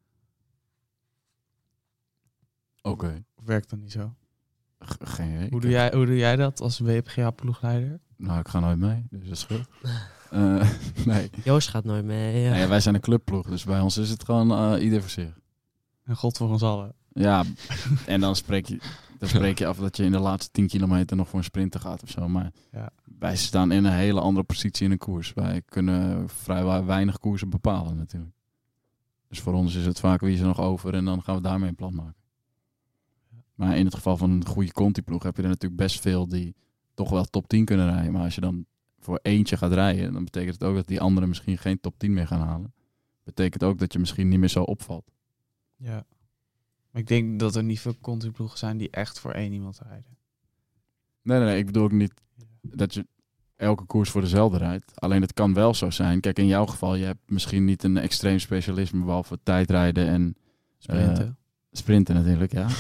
Oké. Okay. Of werkt dat niet zo? G- geen idee. Hoe doe, jij, hoe doe jij dat als W P G A-ploegleider? Nou, ik ga nooit mee, dus dat is goed. uh, nee. Joost gaat nooit mee. Ja. Nee, wij zijn een clubploeg, dus bij ons is het gewoon uh, ieder voor zich. En God voor ons allen. Ja, en dan spreek je, dan spreek je af dat je in de laatste tien kilometer nog voor een sprinter gaat of zo. Maar ja. wij staan in een hele andere positie in een koers. Wij kunnen vrij weinig koersen bepalen natuurlijk. Dus voor ons is het vaak wie is er nog over en dan gaan we daarmee een plan maken. Maar in het geval van een goede Conti-ploeg heb je er natuurlijk best veel die toch wel top tien kunnen rijden. Maar als je dan voor eentje gaat rijden, dan betekent het ook dat die anderen misschien geen top tien meer gaan halen. Betekent ook dat je misschien niet meer zo opvalt. Ja. Maar ik denk dat er niet veel Conti-ploegen zijn die echt voor één iemand rijden. Nee, nee, nee. Ik bedoel ook niet dat je elke koers voor dezelfde rijdt. Alleen het kan wel zo zijn. Kijk, in jouw geval, je hebt misschien niet een extreem specialisme, behalve tijdrijden en sprinten. Uh, sprinten natuurlijk, ja.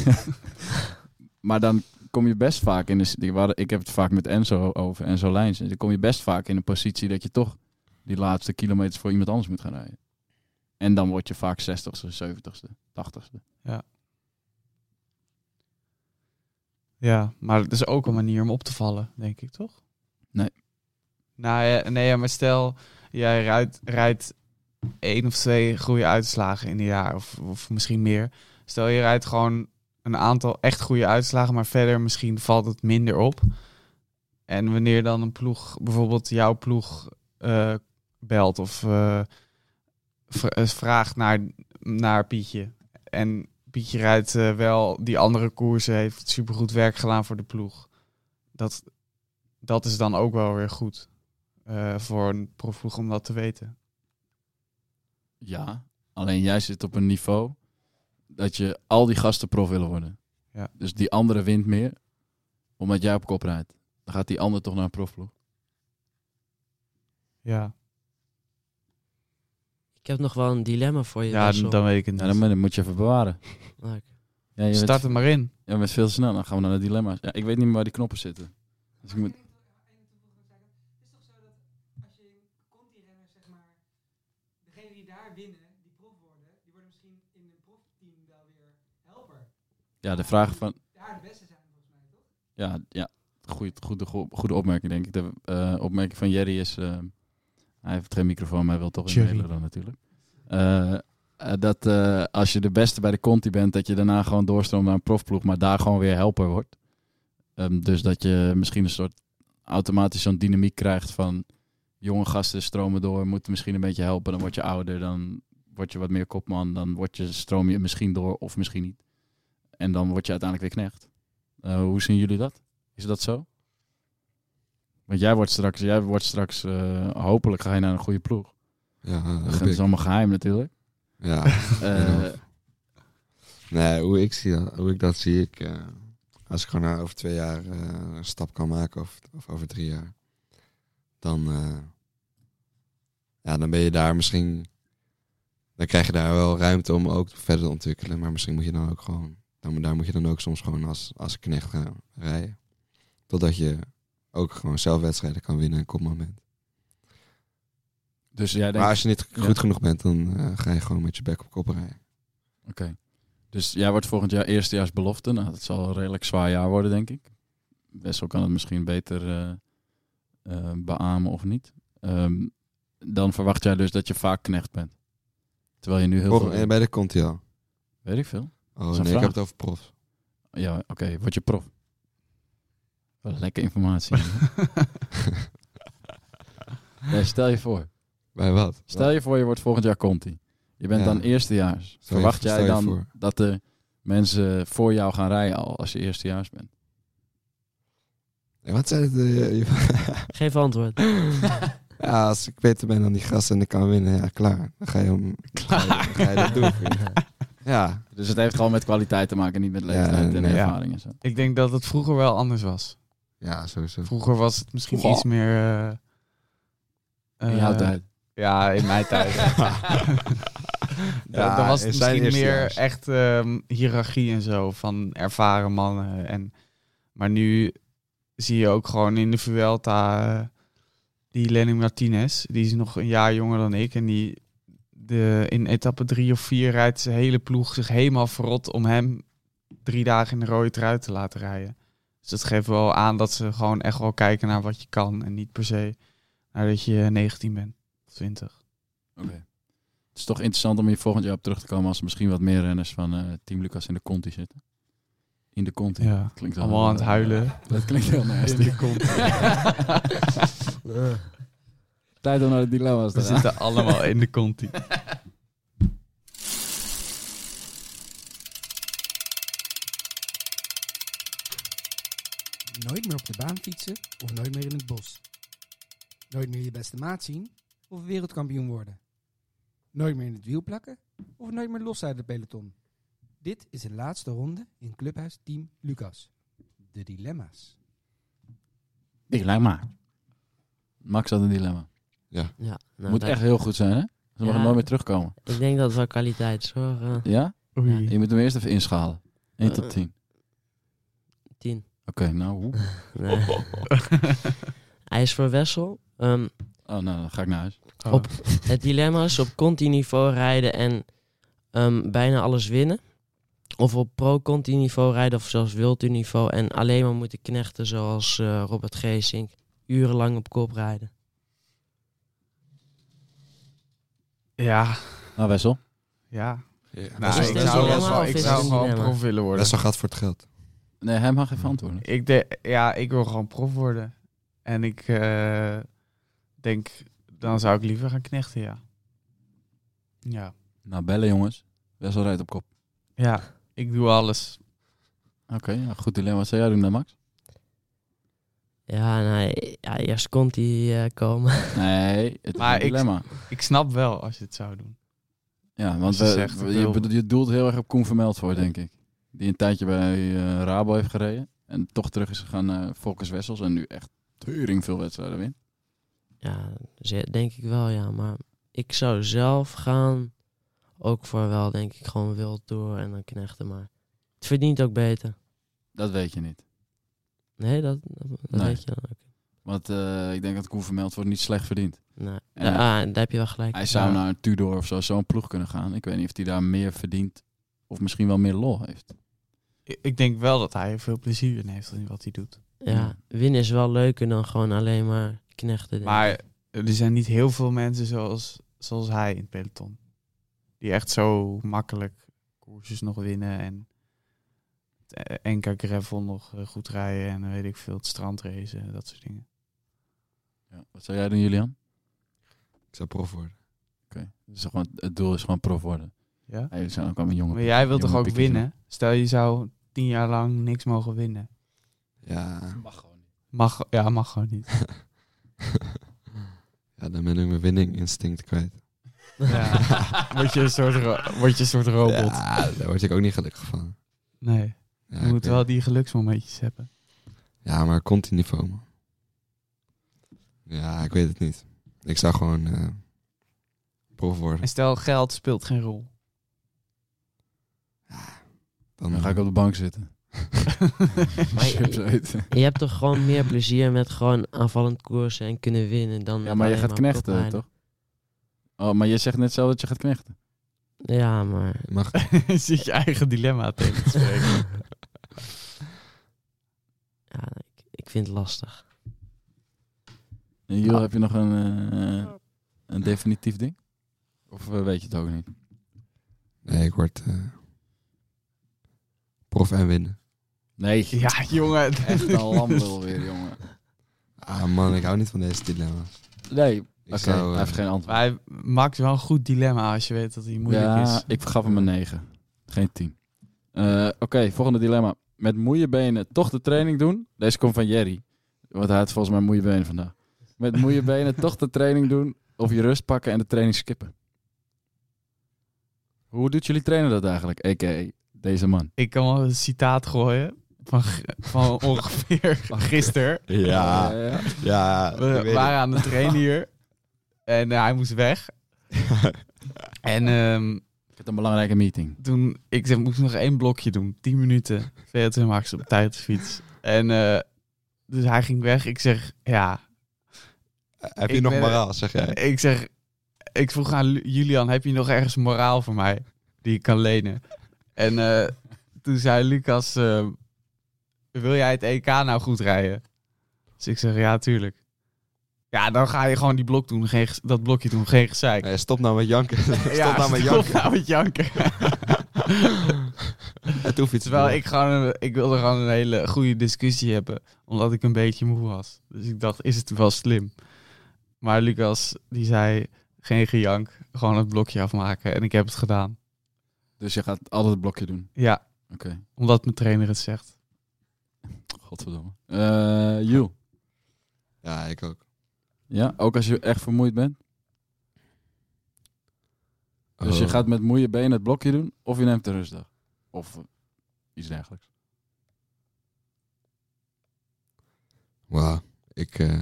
Maar dan kom je best vaak in de... Ik heb het vaak met Enzo over, Enzo Lijns. Dan kom je best vaak in een positie dat je toch die laatste kilometers voor iemand anders moet gaan rijden. En dan word je vaak zestigste, zeventigste, tachtigste. Ja. Ja, maar het is ook een manier om op te vallen, denk ik, toch? Nee. Nou ja, nee, maar stel, jij rijdt, rijdt één of twee goede uitslagen in een jaar, of, of misschien meer. Stel, je rijdt gewoon een aantal echt goede uitslagen, maar verder misschien valt het minder op. En wanneer dan een ploeg, bijvoorbeeld jouw ploeg, uh, belt of uh, vraagt naar, naar Pietje. En Pietje rijdt uh, wel die andere koersen, heeft supergoed werk gedaan voor de ploeg. Dat, dat is dan ook wel weer goed uh, voor een profploeg om dat te weten. Ja, alleen jij zit op een niveau dat je al die gasten prof willen worden. Ja. Dus die andere wint meer, omdat jij op kop rijdt. Dan gaat die ander toch naar een profploeg. Ja. Ik heb nog wel een dilemma voor je. Ja, dan, dan weet ik het niet. Ja, dan moet je even bewaren. Okay. Ja, je Start er maar in. Ja, met veel te snel. Dan gaan we naar de dilemma's. Ja, ik weet niet meer waar die knoppen zitten. Dus ik moet... Ja, de vraag van... Daar de beste zijn volgens mij, toch? Ja, ja. Goeie, goede, goede opmerking, denk ik. De uh, opmerking van Jerry is... Uh, hij heeft geen microfoon, maar hij wil toch een Nederlander natuurlijk. Uh, uh, dat uh, als je de beste bij de Conti bent, dat je daarna gewoon doorstroomt naar een profploeg, maar daar gewoon weer helper wordt. Um, dus dat je misschien een soort automatisch zo'n dynamiek krijgt van jonge gasten stromen door, moeten misschien een beetje helpen. Dan word je ouder, dan word je wat meer kopman, dan word je, stroom je misschien door of misschien niet. En dan word je uiteindelijk weer knecht. Uh, hoe zien jullie dat? Is dat zo? Want jij wordt straks, jij wordt straks uh, hopelijk ga je naar een goede ploeg. Ja, dat is allemaal geheim natuurlijk. Ja. uh, nee, hoe ik, zie dat, hoe ik dat zie, ik, uh, als ik gewoon nou over twee jaar uh, een stap kan maken, of, of over drie jaar, dan, uh, ja, dan ben je daar misschien, dan krijg je daar wel ruimte om ook verder te ontwikkelen. Maar misschien moet je dan ook gewoon dan, daar moet je dan ook soms gewoon als, als knecht gaan rijden. Totdat je ook gewoon zelf wedstrijden kan winnen in een kopmoment. Dus jij denkt... Maar als je niet goed ja. genoeg bent, dan uh, ga je gewoon met je bek op kop rijden. Oké. Okay. Dus jij wordt volgend jaar eerstejaars belofte. Nou, dat zal een redelijk zwaar jaar worden, denk ik. Wessel kan het misschien beter uh, uh, beamen of niet. Um, dan verwacht jij dus dat je vaak knecht bent. Terwijl je nu heel Volgende, veel... Bij de komt hij al. Weet ik veel. Oh nee, ik heb het over prof. Ja, oké. Okay. Word je prof? Wat lekker informatie. Nee, stel je voor. Bij wat? Stel je voor, je wordt volgend jaar Conti. Je bent ja. dan eerstejaars. Stel Verwacht je, jij dan voor. dat de mensen voor jou gaan rijden al als je eerstejaars bent? Ja, wat zei het? Uh, je... Geef antwoord. Ja, als ik beter ben dan die gasten en ik kan winnen, ja, klaar. Dan ga je, om, klaar. Ga, je, ga je dat doen. Ja. Dus het heeft gewoon met kwaliteit te maken, niet met leeftijd ja, en nee, ervaring ja. en zo. Ik denk dat het vroeger wel anders was. Ja, sowieso. Vroeger was het misschien Goh. iets meer... Uh, in jouw uh, tijd? Ja, in mijn tijd. ja, dan was het misschien meer echt um, hiërarchie en zo van ervaren mannen. En, maar nu zie je ook gewoon in de Vuelta uh, die Lenny Martinez, die is nog een jaar jonger dan ik. En die de, in etappe drie of vier rijdt zijn hele ploeg zich helemaal verrot om hem drie dagen in de rode trui te laten rijden. Dus dat geeft wel aan dat ze gewoon echt wel kijken naar wat je kan en niet per se naar dat je negentien bent of twintig. Oké. Okay. Het is toch interessant om hier volgend jaar op terug te komen als er misschien wat meer renners van uh, Team Lucas in de Conti zitten. In de Conti. Ja, dat klinkt allemaal aan het huilen. Uh, dat klinkt heel nice. In de Conti. Tijd om naar de dilemma's te We gaan. zitten allemaal in de Conti. Nooit meer op de baan fietsen of nooit meer in het bos. Nooit meer je beste maat zien of wereldkampioen worden. Nooit meer in het wiel plakken of nooit meer los uit het peloton. Dit is de laatste ronde in Clubhuis Team Lucas. De dilemma's. Dilemma. Max had een dilemma. Ja. ja nou, moet echt heel goed zijn, hè? Ze mogen ja, nooit meer terugkomen. Ik denk dat het wel kwaliteit is, hoor. Uh, ja? ja? Je moet hem eerst even inschalen. één uh, tot tien. tien. Oké, okay, nou hoe? Nee. Hij is voor Wessel. Um, oh, nou, dan ga ik naar huis. Oh. Op het dilemma is op Conti-niveau rijden en um, bijna alles winnen. Of op pro-Conti-niveau rijden of zelfs Wiltu-niveau en alleen maar moeten knechten zoals uh, Robert Geesink. Urenlang op kop rijden. Ja. Nou, Wessel? Ja. ja. Nou, Wessel, ik zou, wel, ik zou gewoon prof willen worden. Wessel gaat voor het geld. Nee, hij mag even antwoorden. Ik de, ja, ik wil gewoon prof worden. En ik uh, denk, dan zou ik liever gaan knechten, ja. Ja. Nou, bellen jongens. Wessel rijdt op kop. Ja, ik doe alles. Oké, okay, ja, goed dilemma. Wat zou jij doen dan, Max? Ja, nee, ja, eerst komt hij uh, komen. Nee, het maar is een dilemma. Ik, ik snap wel als je het zou doen. Ja, want we, zegt, we, je, je doelt heel erg op Koen Vermeld voor, denk ik. Die een tijdje bij uh, Rabo heeft gereden. En toch terug is gegaan naar uh, Volkers Wessels. En nu echt tering veel wedstrijden wint. Ja, denk ik wel, ja. Maar ik zou zelf gaan... Ook voor wel, denk ik, gewoon wild door en dan knechten. Maar het verdient ook beter. Dat weet je niet. Nee, dat, dat, dat nee. weet je dan ook. Want uh, ik denk dat Koen Vermeld wordt niet slecht verdiend. Nee, en, ah, daar heb je wel gelijk. Hij zou ja. naar een Tudor of zo, zo'n ploeg kunnen gaan. Ik weet niet of hij daar meer verdient of misschien wel meer lol heeft. Ik denk wel dat hij veel plezier in heeft in wat hij doet. Ja, winnen is wel leuker dan gewoon alleen maar knechten. Maar er zijn niet heel veel mensen zoals, zoals hij in het peloton. Die echt zo makkelijk koersjes nog winnen en het N K Gravel nog goed rijden en weet ik veel, het strandracen, dat soort dingen. Ja, wat zou jij doen, Julian? Ik zou prof worden. Oké, okay. Dus gewoon, het doel is gewoon prof worden. Ja? Hij is ook een jongen. Maar jij wilt toch ook winnen? Zijn. Stel je zou tien jaar lang niks mogen winnen. Ja. Mag gewoon niet. Mag, ja, mag gewoon niet. Ja, dan ben ik mijn winning instinct kwijt. Ja. word, je een soort ro- word je een soort robot. Ja, daar word ik ook niet gelukkig van. Nee. Ja, je moet wel die geluksmomentjes hebben. Ja, maar continu niveau, man. Ja, ik weet het niet. Ik zou gewoon uh, prof worden. En stel, geld speelt geen rol. Ja, Dan, Dan ga ik op de bank zitten. Maar Chips je, eten. je hebt toch gewoon meer plezier met gewoon aanvallend koersen en kunnen winnen dan... Ja, met maar je alleen gaat knechten, koplijnen. toch? Oh, maar je zegt net zelf dat je gaat knechten. Ja, maar... je mag, Zit je eigen dilemma tegen te spreken. Ja, ik, ik vind het lastig. En Jules, heb je nog een, uh, een definitief ding? Of uh, weet je het ook niet? nee, ik word uh, prof en winnen. Nee. Ja, jongen. Echt een lamlul weer, jongen. Ah man, ik hou niet van deze dilemma's. Nee. Oké, zou, okay, uh, hij heeft geen antwoord. Maar hij maakt wel een goed dilemma als je weet dat hij moeilijk ja, is. ik gaf hem een negen. Geen tien. Uh, Oké, okay, volgende dilemma. Met moeie benen toch de training doen. Deze komt van Jerry. Want hij had volgens mij moeie benen vandaag. Met moeie benen toch de training doen. Of je rust pakken en de training skippen. Hoe doet jullie trainer dat eigenlijk? A K A deze man. Ik kan wel een citaat gooien. Van, van ongeveer gisteren. Ja, Uh, ja. ja. We waren aan het trainen hier. En uh, hij moest weg. En um, ik had een belangrijke meeting. Toen, ik zeg, moest nog één blokje doen. tien minuten. tweeëntwintig max op tijd op de fiets. En uh, dus hij ging weg. Ik zeg, ja. Heb je ik nog ben, moraal, zeg jij? Ik zeg, ik vroeg aan Julian, heb je nog ergens moraal voor mij? Die ik kan lenen. En uh, toen zei Lucas, uh, wil jij het E K nou goed rijden? Dus ik zeg, ja, tuurlijk. Ja, dan ga je gewoon die blok doen, geen, dat blokje doen, geen gezeik. Nee, stop nou met janken. stop ja, nou met stop janken. nou met janken. Het hoeft iets Terwijl ik gewoon, een, ik wilde gewoon een hele goede discussie hebben, omdat ik een beetje moe was. Dus ik dacht, is het wel slim? Maar Lucas, die zei, geen gejank, gewoon het blokje afmaken. En ik heb het gedaan. Dus je gaat altijd het blokje doen? Ja. Oké. Okay. Omdat mijn trainer het zegt. Godverdomme. Uh, Jules? Ja, ik ook. Ja, ook als je echt vermoeid bent? Oh. Dus je gaat met moeie benen het blokje doen, of je neemt de rustdag? Of uh, iets dergelijks? Wauw, ik... Uh...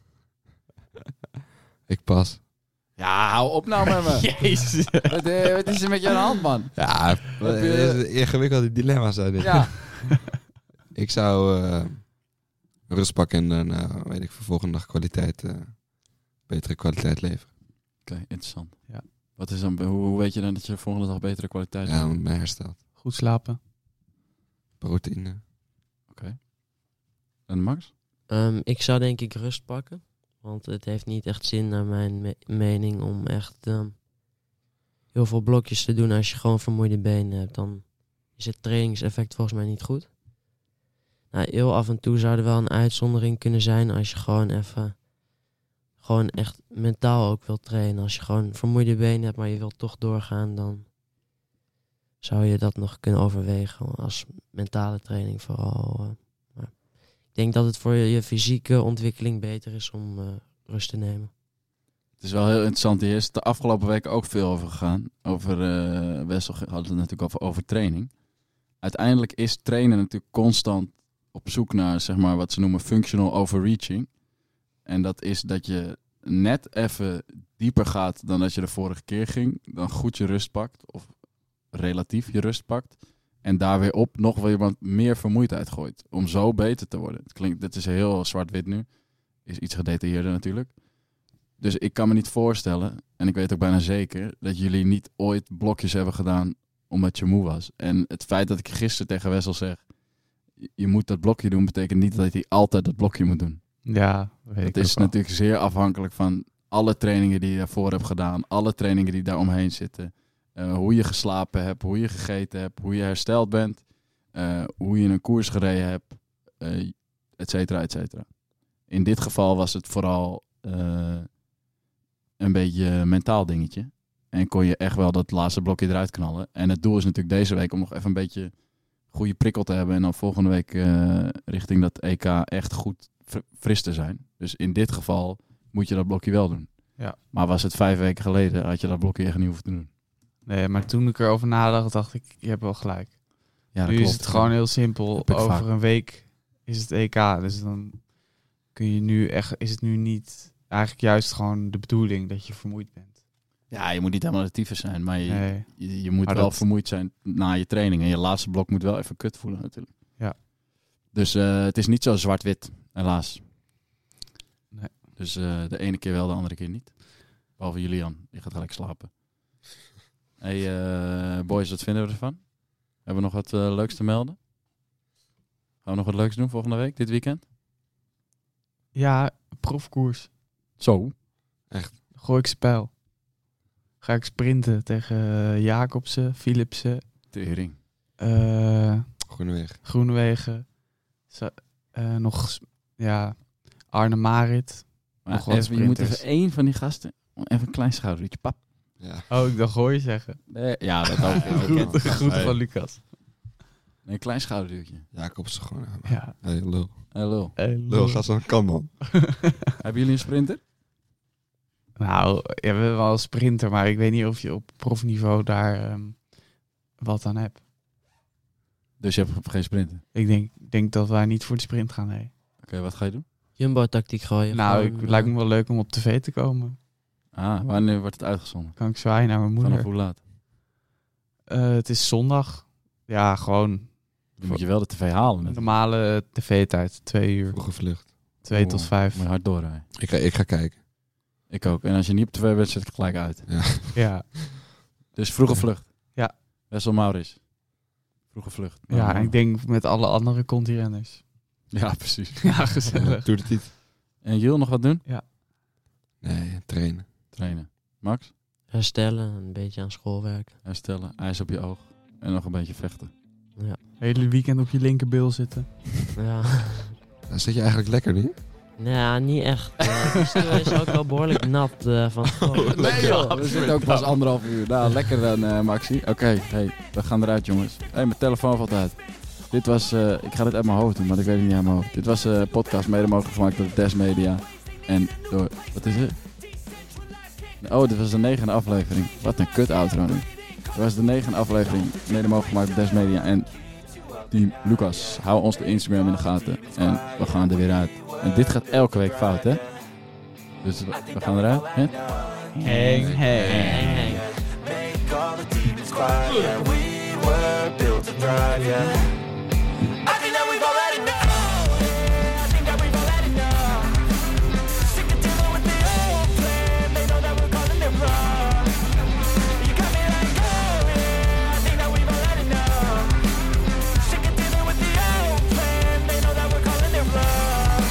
ik pas. Ja, hou op nou met me. Jezus. wat, uh, wat is er met je aan de hand, man? Ja, wat je... ingewikkelde dilemma's zijn dit. Ja. ik zou uh, rust pakken en dan, uh, weet ik, voor volgende dag kwaliteit, uh, betere kwaliteit leveren. Oké, okay, interessant. Ja. Wat is dan, hoe, hoe weet je dan dat je volgende dag betere kwaliteit hebt? Ja, met mij herstelt. Goed slapen. Proteïne. Oké. Okay. En Max? Um, ik zou denk ik rust pakken. Want het heeft niet echt zin naar mijn me- mening om echt um, heel veel blokjes te doen als je gewoon vermoeide benen hebt. Dan is het trainingseffect volgens mij niet goed. Nou, heel af en toe zou er wel een uitzondering kunnen zijn als je gewoon even, gewoon echt mentaal ook wilt trainen. Als je gewoon vermoeide benen hebt, maar je wilt toch doorgaan, dan zou je dat nog kunnen overwegen als mentale training vooral. Uh, Ik denk dat het voor je, je fysieke ontwikkeling beter is om uh, rust te nemen. Het is wel heel interessant. Hier is de afgelopen weken ook veel over gegaan. Over, uh, Wessel had het natuurlijk over, over training. Uiteindelijk is trainen natuurlijk constant op zoek naar, zeg maar, wat ze noemen functional overreaching. En dat is dat je net even dieper gaat dan dat je de vorige keer ging. Dan goed je rust pakt. Of relatief je rust pakt. En daar weer op nog weer wat meer vermoeidheid gooit. Om zo beter te worden. Het klinkt, dit is heel zwart-wit nu. Is iets gedetailleerder natuurlijk. Dus ik kan me niet voorstellen, en ik weet ook bijna zeker, dat jullie niet ooit blokjes hebben gedaan omdat je moe was. En het feit dat ik gisteren tegen Wessel zeg, je moet dat blokje doen, betekent niet dat hij altijd dat blokje moet doen. Ja, weet ik Het is natuurlijk zeer afhankelijk van alle trainingen die je daarvoor hebt gedaan. Alle trainingen die daar omheen zitten. Uh, hoe je geslapen hebt, hoe je gegeten hebt, hoe je hersteld bent, uh, hoe je een koers gereden hebt, uh, et cetera, et cetera. In dit geval was het vooral uh, een beetje een mentaal dingetje. En kon je echt wel dat laatste blokje eruit knallen. En het doel is natuurlijk deze week om nog even een beetje goede prikkel te hebben. En dan volgende week uh, richting dat E K echt goed fr- fris te zijn. Dus in dit geval moet je dat blokje wel doen. Ja. Maar was het vijf weken geleden, had je dat blokje echt niet hoeven te doen. Nee, maar toen ik erover nadacht, dacht ik, je hebt wel gelijk. Ja, nu klopt. is het gewoon heel simpel. Over vaak. een week is het E K. Dus dan kun je nu echt, is het nu niet eigenlijk juist gewoon de bedoeling dat je vermoeid bent. Ja, je moet niet helemaal de tyfus zijn, maar je, Nee. je, je moet Maar wel dat- vermoeid zijn na je training. En je laatste blok moet wel even kut voelen natuurlijk. Ja. Dus uh, het is niet zo zwart-wit, helaas. Nee. Dus uh, de ene keer wel, de andere keer niet. Behalve Julian, die gaat gelijk slapen. Hey uh, boys, wat vinden we ervan? Hebben we nog wat uh, leuks te melden? Gaan we nog wat leuks doen volgende week, dit weekend? Ja, profkoers. Zo? Echt? Gooi ik spel. Ga ik sprinten tegen uh, Jacobsen, Philipsen. Tering. Uh, Groenewegen. Groenewegen. Zo, uh, nog, ja, Arne Marit. Maar nog wat even, je moet sprinters. even één van die gasten, even een klein schoudertje, pap. Ja. Oh, ik dacht gooi zeggen. Nee, ja, dat ook. Groeten groet hey. van Lucas. Nee, een klein schouderduwtje. Jacobs gewoon. Ja. Hey, lul. Hey, lul. Hey, Lul, ga zo kan, man. Hebben jullie een sprinter? Nou, ja, we hebben wel een sprinter, maar ik weet niet of je op profniveau daar um, wat aan hebt. Dus je hebt geen sprinter? Ik denk, denk dat wij niet voor de sprint gaan, nee. Oké, okay, wat ga je doen? Jumbo-tactiek gooien. Nou, Gewoon, het lijkt me wel leuk om op tv te komen. Ah, wanneer wordt het uitgezonden? Kan ik zwaaien naar mijn moeder. Vanaf hoe laat? Uh, het is zondag. Ja, gewoon. Dan moet je wel de tv halen. Net. Normale tv-tijd, twee uur. Vroege vlucht. Twee oh, tot vijf. Moet je hard doorrijden. Ik ga, ik ga kijken. Ik ook. En als je niet op tv bent, zet ik het gelijk uit. Ja. Ja. Dus vroege vlucht. Ja. Wessel Maurits. Vroege vlucht. Ja, nou, en ik denk met alle andere conti-renners. Ja, precies. Ja, gezellig. Doe het niet. En Jill nog wat doen? Ja. Nee, trainen. Trainen. Max? Herstellen, een beetje aan school werken. Herstellen, ijs op je oog. En nog een beetje vechten. Ja. Hele weekend op je linkerbil zitten. Ja. Daar zit je eigenlijk lekker niet? Nee, niet echt. Uh, de stoel is ook wel behoorlijk nat uh, van het gooien. Nee joh, we zitten ook pas anderhalf uur. Nou, lekker dan uh, Maxi. Oké, okay, hey, we gaan eruit jongens. Hé, hey, mijn telefoon valt uit. Dit was, uh, ik ga dit uit mijn hoofd doen, maar ik weet het niet uit mijn hoofd. Dit was een uh, podcast mede mogelijk gemaakt door Des Media. En door, wat is het? Oh, dit was de negende aflevering. Wat een kut outro nu. Dit was de negende aflevering mede mogelijk gemaakt door Des Media en Team Lucas. Hou ons de Instagram in de gaten en we gaan er weer uit. En dit gaat elke week fout, hè? Dus we, we gaan eruit. Hè? Hang, hang, hang. Make all the demons quiet. Yeah, we were built to thrive. Yeah. I think that we've already know. Yeah, I think that we've already know. Sick of dealing with the old plan. They know that we're calling it wrong. You got me like, oh yeah, I think that we've already know. Sick of dealing with the old plan. They know that we're calling it wrong.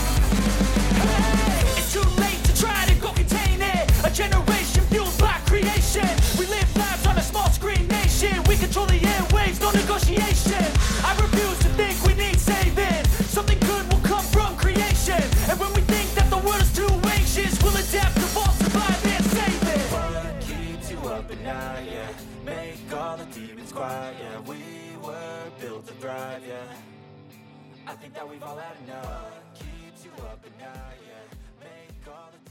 Hey, it's too late to try to go contain it. A generation fueled by creation. We live lives on a small screen nation. We control the airwaves, no negotiation. I refuse to think we need saving. Something good will come from creation. And when we think that the world is too anxious, we'll adapt, evolve, survive, and save it. What keeps you up at night, yeah. Make all the demons quiet, yeah. We were built to thrive, yeah. I think that we've all had enough. Keeps you up at night, yeah. Make all the